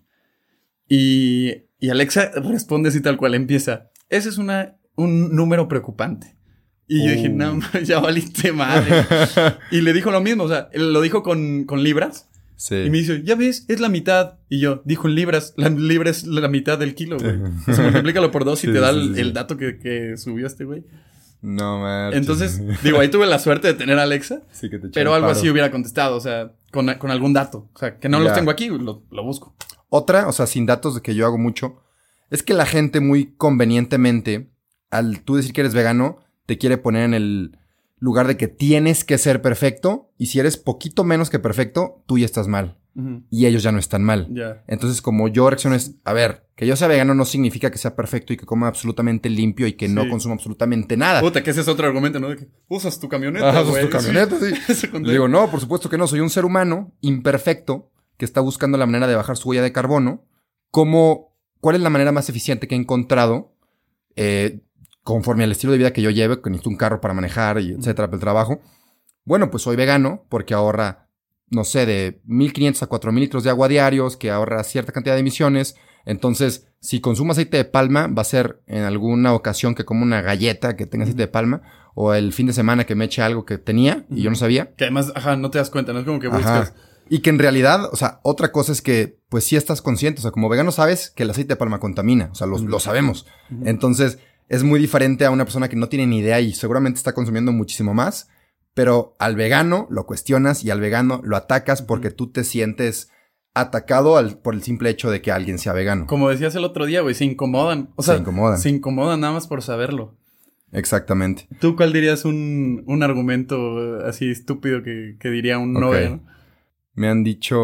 Y Alexa responde así tal cual, empieza. Ese es un número preocupante. Y yo dije, no, ya valiste madre. Y le dijo lo mismo, o sea, él lo dijo con libras. Sí. Y me dice, ya ves, es la mitad. Y yo, dijo en libras, la libra es la mitad del kilo, güey. O sea, multiplícalo por 2 y te da el dato que subió este güey. No, man. Entonces, digo, ahí tuve la suerte de tener a Alexa. Sí, que te pero algo así hubiera contestado, o sea, con algún dato. O sea, que no los tengo aquí, lo busco. Otra, o sea, sin datos de que yo hago mucho, es que la gente muy convenientemente, al tú decir que eres vegano, te quiere poner en el lugar de que tienes que ser perfecto, y si eres poquito menos que perfecto, tú ya estás mal. Y ellos ya no están mal. Entonces, como yo reacciono es, a ver, que yo sea vegano no significa que sea perfecto y que coma absolutamente limpio y que no consuma absolutamente nada. Puta, que ese es otro argumento, ¿no? De que usas tu camioneta, güey. Usas tu camioneta, sí. Le digo, no, por supuesto que no. Soy un ser humano imperfecto que está buscando la manera de bajar su huella de carbono. ¿Cuál es la manera más eficiente que he encontrado conforme al estilo de vida que yo lleve, que necesito un carro para manejar y etcétera, para el trabajo? Bueno, pues soy vegano porque ahorra no sé, de 1,500 a 4,000 litros de agua diarios, que ahorra cierta cantidad de emisiones. Entonces, si consumo aceite de palma, va a ser en alguna ocasión que como una galleta que tenga aceite de palma, o el fin de semana que me eche algo que tenía y yo no sabía. Que además, no te das cuenta, no es como que buscas. Ajá. Y que en realidad, o sea, otra cosa es que, pues sí estás consciente. O sea, como vegano sabes que el aceite de palma contamina. O sea, lo sabemos. Entonces, es muy diferente a una persona que no tiene ni idea y seguramente está consumiendo muchísimo más. Pero al vegano lo cuestionas y al vegano lo atacas porque tú te sientes atacado por el simple hecho de que alguien sea vegano. Como decías el otro día, güey, se incomodan. O sea, se incomodan nada más por saberlo. Exactamente. ¿Tú cuál dirías un argumento así estúpido que diría un no vegano? Me han dicho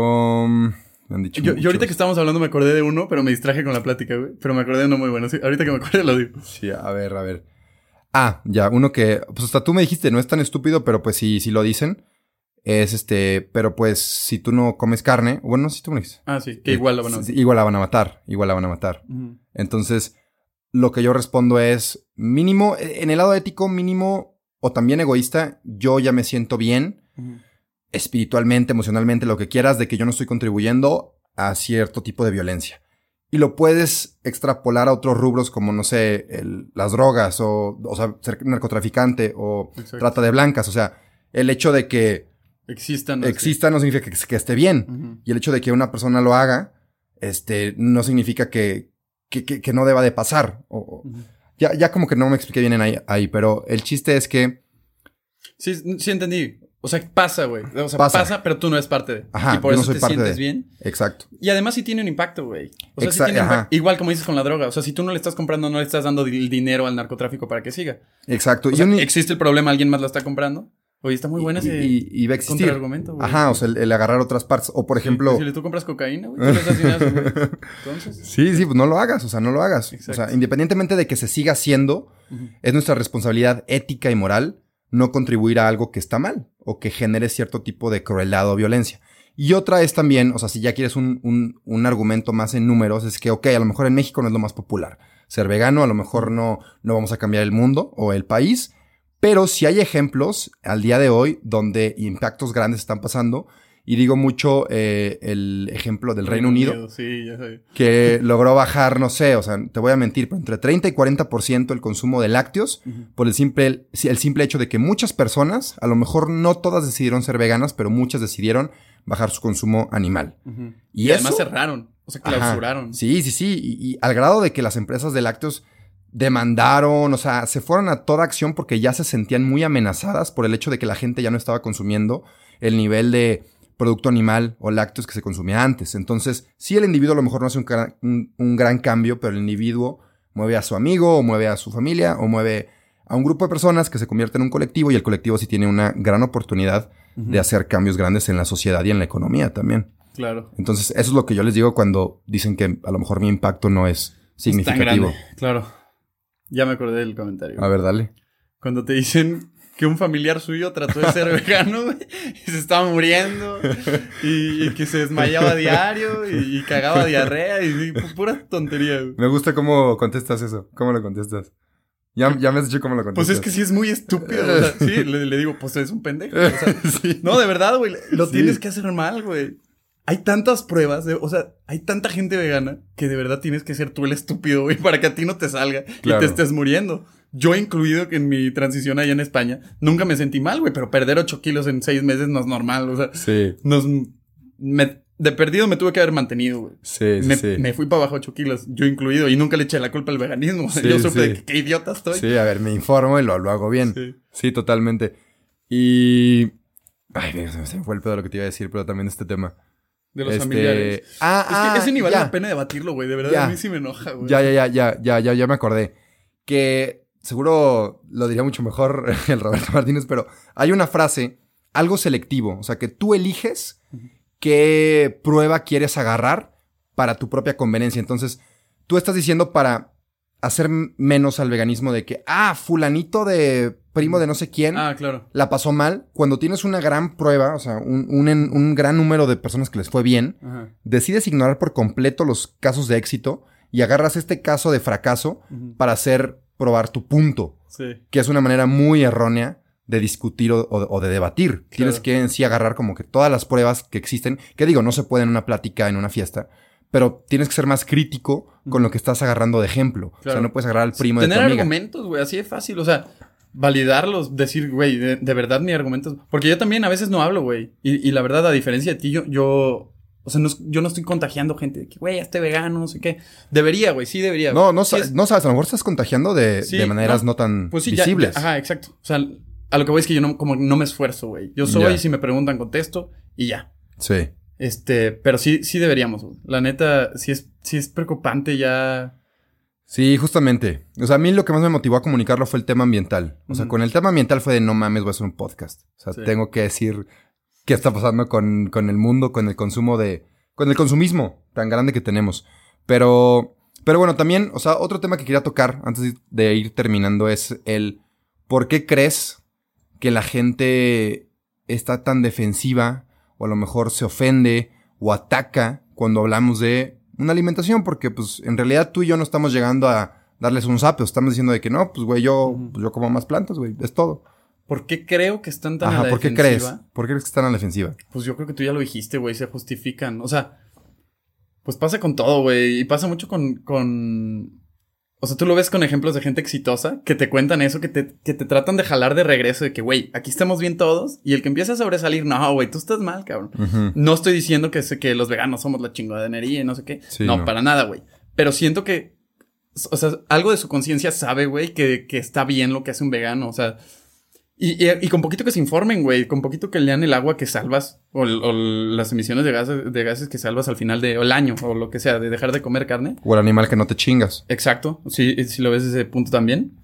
yo ahorita que estábamos hablando me acordé de uno, pero me distraje con la plática, güey. Pero me acordé de uno muy bueno. Sí, ahorita que me acuerdo lo digo. Sí, a ver. Ya, uno que... Pues hasta tú me dijiste, no es tan estúpido, pero pues sí lo dicen. Es pero pues si tú no comes carne... Bueno, no sé si tú me dijiste. Sí, que igual la van a matar. Igual la van a matar. Entonces, lo que yo respondo es... Mínimo, en el lado ético, mínimo o también egoísta, yo ya me siento bien... espiritualmente, emocionalmente, lo que quieras, de que yo no estoy contribuyendo a cierto tipo de violencia. Y lo puedes extrapolar a otros rubros como, no sé, las drogas o sea, ser narcotraficante o trata de blancas. O sea, el hecho de que exista no significa que esté bien. Y el hecho de que una persona lo haga, no significa que no deba de pasar. Ya como que no me expliqué bien ahí, pero el chiste es que... Sí entendí. O sea, pasa, güey. O sea, pasa, pero tú no eres parte de. Ajá, y por eso no te sientes bien. Exacto. Y además sí tiene un impacto, güey. O sea, sí tiene un impacto. Igual como dices con la droga. O sea, si tú no le estás comprando, no le estás dando el dinero al narcotráfico para que siga. Exacto. O sea, existe el problema, alguien más lo está comprando. Oye, está muy buena ese y va a existir. Contraargumento, güey. Ajá, o sea, el agarrar otras partes. O por ejemplo... Si tú compras cocaína, güey, tú le estás haciendo eso, güey. Entonces... Sí, pues no lo hagas. O sea, no lo hagas. Exacto. O sea, independientemente de que se siga haciendo, es nuestra responsabilidad ética y moral no contribuir a algo que está mal o que genere cierto tipo de crueldad o violencia. Y otra es también, o sea, si ya quieres un argumento más en números, es que, ok, a lo mejor en México no es lo más popular ser vegano, a lo mejor no vamos a cambiar el mundo o el país, pero sí hay ejemplos al día de hoy donde impactos grandes están pasando. Y digo mucho el ejemplo del Reino Unido. Sí, ya sé. Que logró bajar, no sé, o sea, te voy a mentir, pero entre 30 y 40% el consumo de lácteos por el simple hecho de que muchas personas, a lo mejor no todas decidieron ser veganas, pero muchas decidieron bajar su consumo animal. Y además cerraron, o sea, clausuraron. Sí. Y al grado de que las empresas de lácteos demandaron, o sea, se fueron a toda acción porque ya se sentían muy amenazadas por el hecho de que la gente ya no estaba consumiendo el nivel de producto animal o lácteos que se consumía antes. Entonces, sí, el individuo a lo mejor no hace un gran cambio, pero el individuo mueve a su amigo, o mueve a su familia, o mueve a un grupo de personas que se convierte en un colectivo, y el colectivo sí tiene una gran oportunidad de hacer cambios grandes en la sociedad y en la economía también. Claro. Entonces, eso es lo que yo les digo cuando dicen que a lo mejor mi impacto no es significativo. Es tan grande. Claro. Ya me acordé del comentario. A ver, dale. Cuando te dicen que un familiar suyo trató de ser vegano, güey, y se estaba muriendo, y que se desmayaba a diario, y cagaba diarrea, y pura tontería, güey. Me gusta cómo contestas eso. ¿Cómo lo contestas? Ya me has dicho cómo lo contestas. Pues es que sí es muy estúpido, o sea, sí, le digo, pues es un pendejo. O sea, sí. No, de verdad, güey, lo tienes que hacer mal, güey. Hay tantas pruebas, o sea, hay tanta gente vegana que de verdad tienes que ser tú el estúpido, güey, para que a ti no te salga y te estés muriendo. Yo incluido que en mi transición allá en España, nunca me sentí mal, güey, pero perder 8 kilos en 6 meses no es normal, o sea. Sí. De perdido me tuve que haber mantenido, güey. Sí. Me fui para abajo 8 kilos, yo incluido, y nunca le eché la culpa al veganismo. Sí, yo supe de qué idiota estoy. Sí, a ver, me informo y lo hago bien. Sí, totalmente. Y... Ay, se me fue el pedo de lo que te iba a decir, pero también este tema. De los familiares. Es que ese ni vale la pena debatirlo, güey. De verdad, a mí sí me enoja, güey. Ya me acordé. Que seguro lo diría mucho mejor el Roberto Martínez, pero hay una frase, algo selectivo. O sea, que tú eliges qué prueba quieres agarrar para tu propia conveniencia. Entonces, tú estás diciendo para hacer menos al veganismo de que, fulanito de primo de no sé quién claro, la pasó mal. Cuando tienes una gran prueba, o sea, un gran número de personas que les fue bien, decides ignorar por completo los casos de éxito y agarras este caso de fracaso para probar tu punto. Sí. Que es una manera muy errónea de discutir o de debatir. Claro. Tienes que en sí agarrar como que todas las pruebas que existen, que digo, no se puede en una plática, en una fiesta, pero tienes que ser más crítico con lo que estás agarrando de ejemplo. Claro. O sea, no puedes agarrar al primo de tu amiga. Tener argumentos, güey, así de fácil, o sea, validarlos, decir, güey, de verdad mi argumentos. Porque yo también a veces no hablo, güey. Y la verdad, a diferencia de ti, o sea, yo no estoy contagiando gente de que, güey, ya estoy vegano, no sé qué. Debería, güey, sí debería. No sabes, a lo mejor estás contagiando de maneras no tan visibles. Ajá, exacto. O sea, a lo que voy es que yo no me esfuerzo, güey. Yo soy, si me preguntan, contesto y ya. Sí. Pero sí deberíamos, güey. La neta, sí es preocupante ya. Sí, justamente. O sea, a mí lo que más me motivó a comunicarlo fue el tema ambiental. O sea, con el tema ambiental fue de no mames, voy a hacer un podcast. O sea, tengo que decir qué está pasando con el mundo, con el consumo con el consumismo tan grande que tenemos. Pero bueno, también, o sea, otro tema que quería tocar antes de ir terminando es el ¿por qué crees que la gente está tan defensiva o a lo mejor se ofende o ataca cuando hablamos de una alimentación? Porque pues en realidad tú y yo no estamos llegando a darles un zape, estamos diciendo de que no, pues güey, yo como más plantas, güey, es todo. ¿Por qué creo que están tan a la defensiva? ¿Por qué crees que están a la defensiva? Pues yo creo que tú ya lo dijiste, güey, se justifican. O sea, pues pasa con todo, güey, y pasa mucho con... O sea, tú lo ves con ejemplos de gente exitosa que te cuentan eso, que te tratan de jalar de regreso, de que, güey, aquí estamos bien todos. Y el que empieza a sobresalir, no, güey, tú estás mal, cabrón. Uh-huh. No estoy diciendo que los veganos somos la chingonería y no sé qué. Sí, no, para nada, güey. Pero siento que, o sea, algo de su conciencia sabe, güey, que está bien lo que hace un vegano. O sea, y con poquito que se informen, güey, con poquito que lean el agua que salvas o las emisiones de gases que salvas al final o el año o lo que sea, de dejar de comer carne. O el animal que no te chingas. Exacto. Sí, si lo ves desde ese punto también.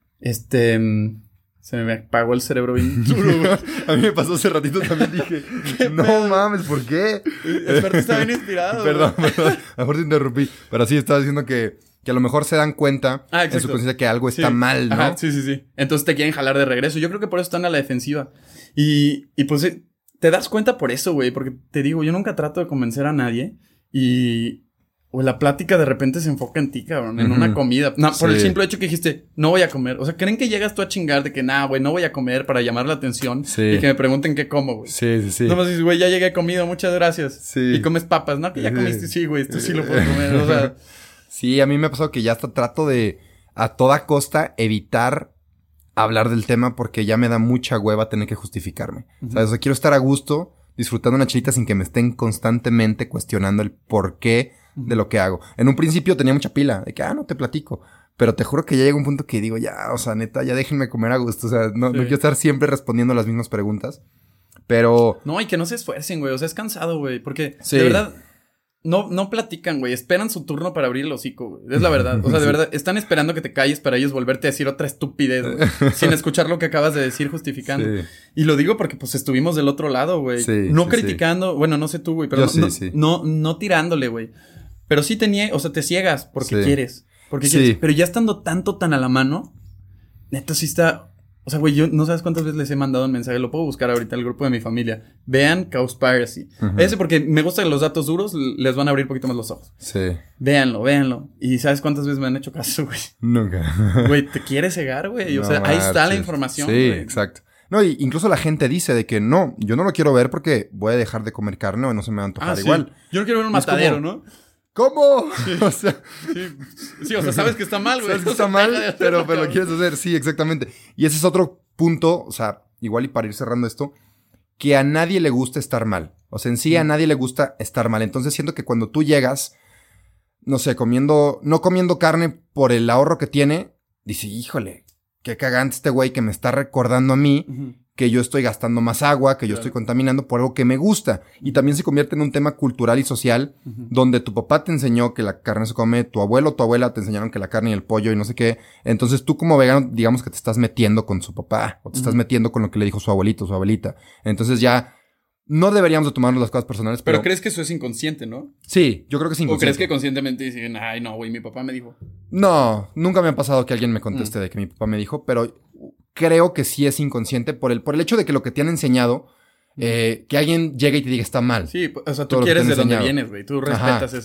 Se me apagó el cerebro bien duro, güey. A mí me pasó hace ratito también, dije, no mames, ¿por qué? Espero está bien inspirado. Perdón, a lo mejor te interrumpí. Pero sí, estaba diciendo que a lo mejor se dan cuenta en su conciencia que algo está mal, ¿no? Ajá, sí. Entonces te quieren jalar de regreso. Yo creo que por eso están a la defensiva. Y pues te das cuenta por eso, güey. Porque te digo, yo nunca trato de convencer a nadie. O la plática de repente se enfoca en ti, cabrón. En una comida. No, por el simple hecho que dijiste, no voy a comer. O sea, ¿creen que llegas tú a chingar de que, güey, no voy a comer para llamar la atención? Sí. Y que me pregunten qué como, güey. Sí. Nomás dices, güey, ya llegué comido, muchas gracias. Sí. Y comes papas, ¿no? Que ya comiste, sí, güey, esto sí lo puedo comer. O sea... Sí, a mí me ha pasado que ya hasta trato de a toda costa evitar hablar del tema porque ya me da mucha hueva tener que justificarme. Uh-huh. ¿Sabes? O sea, quiero estar a gusto disfrutando una chelita sin que me estén constantemente cuestionando el porqué de lo que hago. En un principio tenía mucha pila de que, no te platico. Pero te juro que ya llega un punto que digo, ya, o sea, neta, ya déjenme comer a gusto. O sea, no quiero estar siempre respondiendo las mismas preguntas. Pero... No, y que no se esfuercen, güey. O sea, es cansado, güey. Porque, de verdad... No platican, güey. Esperan su turno para abrir el hocico, güey. Es la verdad. O sea, de verdad, están esperando que te calles para ellos volverte a decir otra estupidez, güey. Sin escuchar lo que acabas de decir justificando. Sí. Y lo digo porque, pues, estuvimos del otro lado, güey. Sí, no criticando. Bueno, no sé tú, güey. Pero no tirándole, güey. Pero sí o sea, te ciegas porque quieres. Porque quieres. Pero ya estando tan a la mano, neta sí está... O sea, güey, yo no sabes cuántas veces les he mandado un mensaje. Lo puedo buscar ahorita al grupo de mi familia. Vean Cowspiracy. Uh-huh. Ese porque me gusta que los datos duros les van a abrir un poquito más los ojos. Sí. Véanlo. ¿Y sabes cuántas veces me han hecho caso, güey? Nunca. Güey, te quieres cegar, güey. O sea, ahí está la información, sí, güey. Exacto. No, y incluso la gente dice de que no, yo no lo quiero ver porque voy a dejar de comer carne o no se me va a antojar igual. Yo no quiero ver un matadero, ¿no? ¿Cómo? Sí. O sea... Sí, o sea, sabes que está mal, güey. Sabes que está mal, pero lo quieres hacer. Sí, exactamente. Y ese es otro punto, o sea, igual y para ir cerrando esto, que a nadie le gusta estar mal. O sea, en sí a nadie le gusta estar mal. Entonces siento que cuando tú llegas, no sé, no comiendo carne por el ahorro que tiene, dice, híjole, qué cagante este güey que me está recordando a mí que yo estoy gastando más agua, que yo estoy contaminando por algo que me gusta. Y también se convierte en un tema cultural y social, donde tu papá te enseñó que la carne se come, tu abuelo o tu abuela te enseñaron que la carne y el pollo y no sé qué. Entonces tú como vegano, digamos que te estás metiendo con su papá, o te estás metiendo con lo que le dijo su abuelito, su abuelita. Entonces ya no deberíamos de tomarnos las cosas personales. Pero crees que eso es inconsciente, ¿no? Sí, yo creo que es inconsciente. ¿O crees que conscientemente dicen, ay, no, güey, mi papá me dijo? No, nunca me ha pasado que alguien me conteste de que mi papá me dijo, pero... creo que sí es inconsciente por el hecho de que lo que te han enseñado, que alguien llegue y te diga está mal. Sí, o sea, tú quieres de dónde vienes, güey. Tú respetas eso.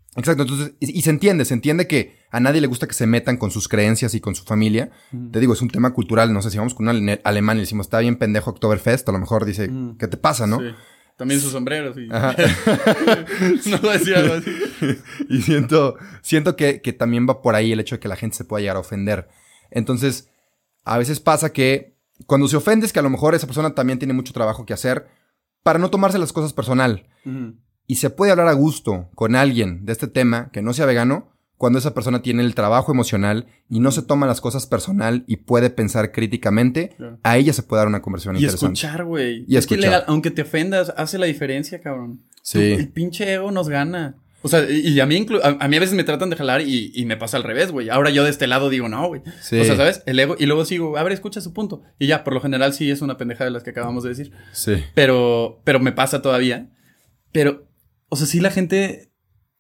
Exacto, entonces, y se entiende que a nadie le gusta que se metan con sus creencias y con su familia. Te digo, es un tema cultural, no sé, si vamos con un alemán y le decimos, está bien pendejo Oktoberfest, a lo mejor dice, ¿qué te pasa, no? Sí. También sus sombreros. Y... no voy a decir algo así. Y siento que también va por ahí el hecho de que la gente se pueda llegar a ofender. Entonces, a veces pasa que cuando se ofende es que a lo mejor esa persona también tiene mucho trabajo que hacer para no tomarse las cosas personal. Y se puede hablar a gusto con alguien de este tema que no sea vegano cuando esa persona tiene el trabajo emocional y no se toma las cosas personal y puede pensar críticamente. Claro. A ella se puede dar una conversión interesante. Y escuchar, güey. Y escuchar. Que aunque te ofendas, hace la diferencia, cabrón. Sí. El pinche ego nos gana. O sea, y a mí a veces me tratan de jalar y me pasa al revés, güey. Ahora yo de este lado digo, no, güey. Sí. O sea, ¿sabes? El ego. Y luego sigo, a ver, escucha su punto. Y ya, por lo general sí es una pendejada de las que acabamos de decir. Sí. Pero me pasa todavía. Pero... O sea, sí la gente...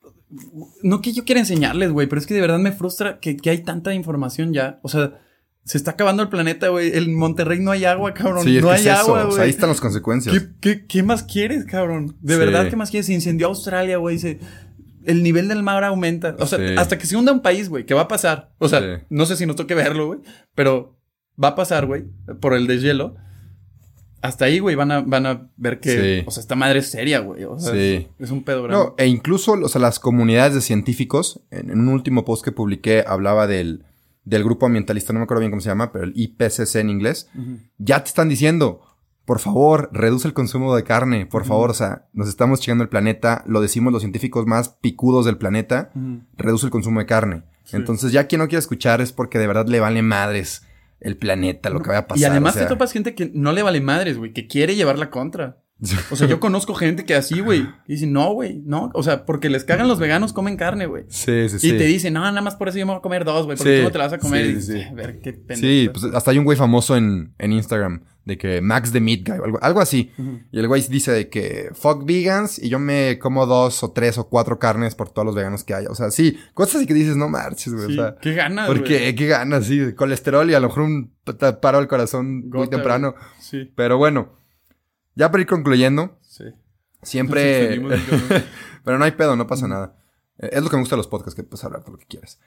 No que yo quiera enseñarles, güey, pero es que de verdad me frustra que hay tanta información ya. O sea, se está acabando el planeta, güey. En Monterrey no hay agua, cabrón. Sí, no hay agua, güey. O sea, ahí están las consecuencias. ¿Qué más quieres, cabrón? De verdad, ¿qué más quieres? Se incendió Australia, güey. El nivel del mar aumenta. O sea, hasta que se hunda un país, güey, que va a pasar. O sea, no sé si nos toque verlo, güey, pero va a pasar, güey, por el deshielo. Hasta ahí, güey, van a ver que... O sea, esta madre es seria, güey. O sea, es un pedo grande. No, e incluso, o sea, las comunidades de científicos, en un último post que publiqué, hablaba del grupo ambientalista, no me acuerdo bien cómo se llama, pero el IPCC en inglés, ya te están diciendo, por favor, reduce el consumo de carne, por favor, o sea, nos estamos chingando el planeta, lo decimos los científicos más picudos del planeta, reduce el consumo de carne. Sí. Entonces, ya quien no quiere escuchar es porque de verdad le vale madres el planeta, lo que vaya a pasar. Y además te topas gente que no le vale madres, güey, que quiere llevar la contra. O sea, yo conozco gente que así, güey, y dicen, no, güey, no. O sea, porque les cagan los veganos, comen carne, güey. Sí. Y te dicen, no, nada más por eso yo me voy a comer 2, güey, porque tú no te la vas a comer. Sí. A ver, qué pendejo. Sí, pues hasta hay un güey famoso en Instagram de que Max the Meat Guy o algo así. Y el güey dice de que fuck vegans y yo me como 2 o 3 o 4 carnes por todos los veganos que haya. O sea, sí, cosas así que dices, no marches, güey. Sí, o sea, qué ganas, güey. Porque qué ganas, sí. Colesterol y a lo mejor un paro al corazón muy temprano. Güey. Sí. Pero bueno, ya para ir concluyendo. Sí. Siempre... Pero no hay pedo, no pasa nada. Es lo que me gusta de los podcasts, que puedes hablar todo lo que quieras.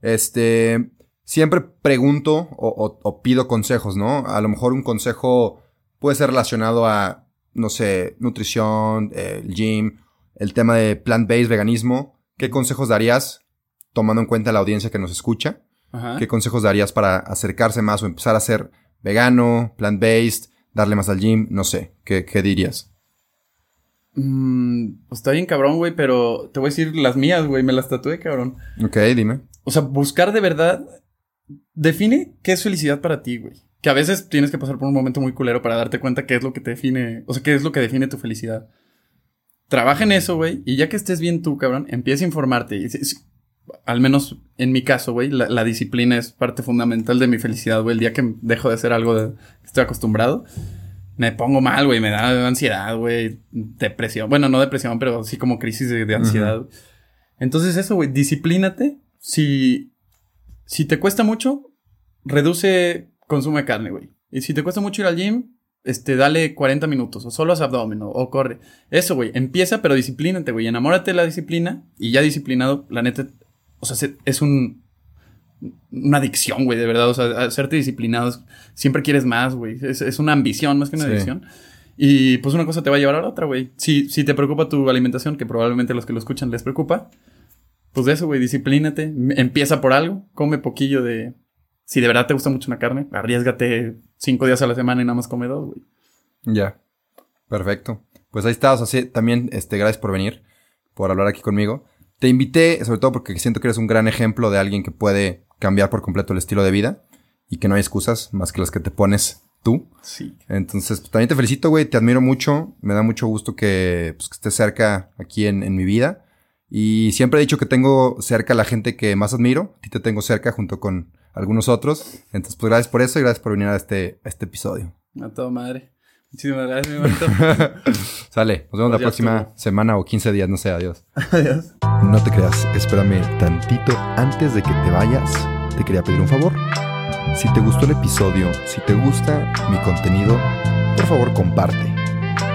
Siempre pregunto o pido consejos, ¿no? A lo mejor un consejo puede ser relacionado a, no sé, nutrición, el gym, el tema de plant-based, veganismo. ¿Qué consejos darías, tomando en cuenta la audiencia que nos escucha? Ajá. ¿Qué consejos darías para acercarse más o empezar a ser vegano, plant-based, darle más al gym? No sé, ¿qué dirías? Pues está bien cabrón, güey, pero te voy a decir las mías, güey, me las tatué, cabrón. Ok, dime. O sea, buscar de verdad... Define qué es felicidad para ti, güey. Que a veces tienes que pasar por un momento muy culero para darte cuenta qué es lo que te define... O sea, qué es lo que define tu felicidad. Trabaja en eso, güey. Y ya que estés bien tú, cabrón, empieza a informarte. Al menos en mi caso, güey, la disciplina es parte fundamental de mi felicidad, güey. El día que dejo de hacer algo que estoy acostumbrado, me pongo mal, güey. Me da ansiedad, güey. Depresión. Bueno, no depresión, pero sí como crisis de ansiedad. Entonces eso, güey. Disciplínate. Si te cuesta mucho, reduce consumo de carne, güey. Y si te cuesta mucho ir al gym, dale 40 minutos. O solo haz abdomen o corre. Eso, güey. Empieza, pero disciplínate, güey. Enamórate de la disciplina. Y ya disciplinado, la neta... O sea, es una adicción, güey, de verdad. O sea, hacerte disciplinado. Siempre quieres más, güey. Es una ambición más que una adicción. Y pues una cosa te va a llevar a la otra, güey. Si te preocupa tu alimentación, que probablemente a los que lo escuchan les preocupa... Pues de eso, güey, disciplínate. Empieza por algo. Come poquillo de... Si de verdad te gusta mucho una carne, arriésgate 5 días a la semana y nada más come 2, güey. Ya. Perfecto. Pues ahí está. O sea, también, gracias por venir, por hablar aquí conmigo. Te invité, sobre todo porque siento que eres un gran ejemplo de alguien que puede cambiar por completo el estilo de vida y que no hay excusas más que las que te pones tú. Sí. Entonces, pues, también te felicito, güey. Te admiro mucho. Me da mucho gusto que estés cerca aquí en mi vida. Y siempre he dicho que tengo cerca a la gente que más admiro. A ti te tengo cerca junto con algunos otros. Entonces, pues gracias por eso y gracias por venir a este episodio. A toda madre. Muchísimas gracias, mi bonito. Sale. Nos vemos la próxima semana o 15 días. No sé. Adiós. Adiós. No te creas. Espérame tantito. Antes de que te vayas, te quería pedir un favor. Si te gustó el episodio, si te gusta mi contenido, por favor, comparte.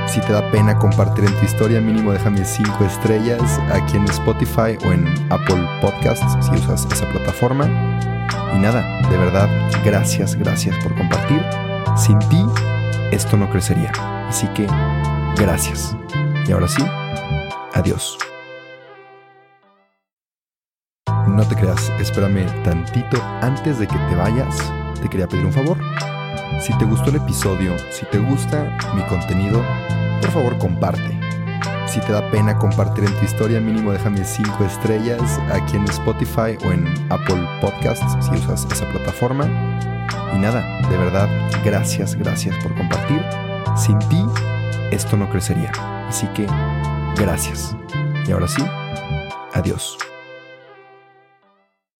Si te da pena compartir en tu historia, mínimo déjame 5 estrellas aquí en Spotify o en Apple Podcasts si usas esa plataforma. Y nada, de verdad, gracias por compartir. Sin ti, esto no crecería. Así que, gracias. Y ahora sí, adiós. No te creas, espérame tantito antes de que te vayas. Te quería pedir un favor. Si te gustó el episodio, si te gusta mi contenido, por favor comparte. Si te da pena compartir en tu historia, mínimo déjame 5 estrellas aquí en Spotify o en Apple Podcasts si usas esa plataforma. Y nada, de verdad, gracias por compartir. Sin ti, esto no crecería. Así que, gracias. Y ahora sí, adiós.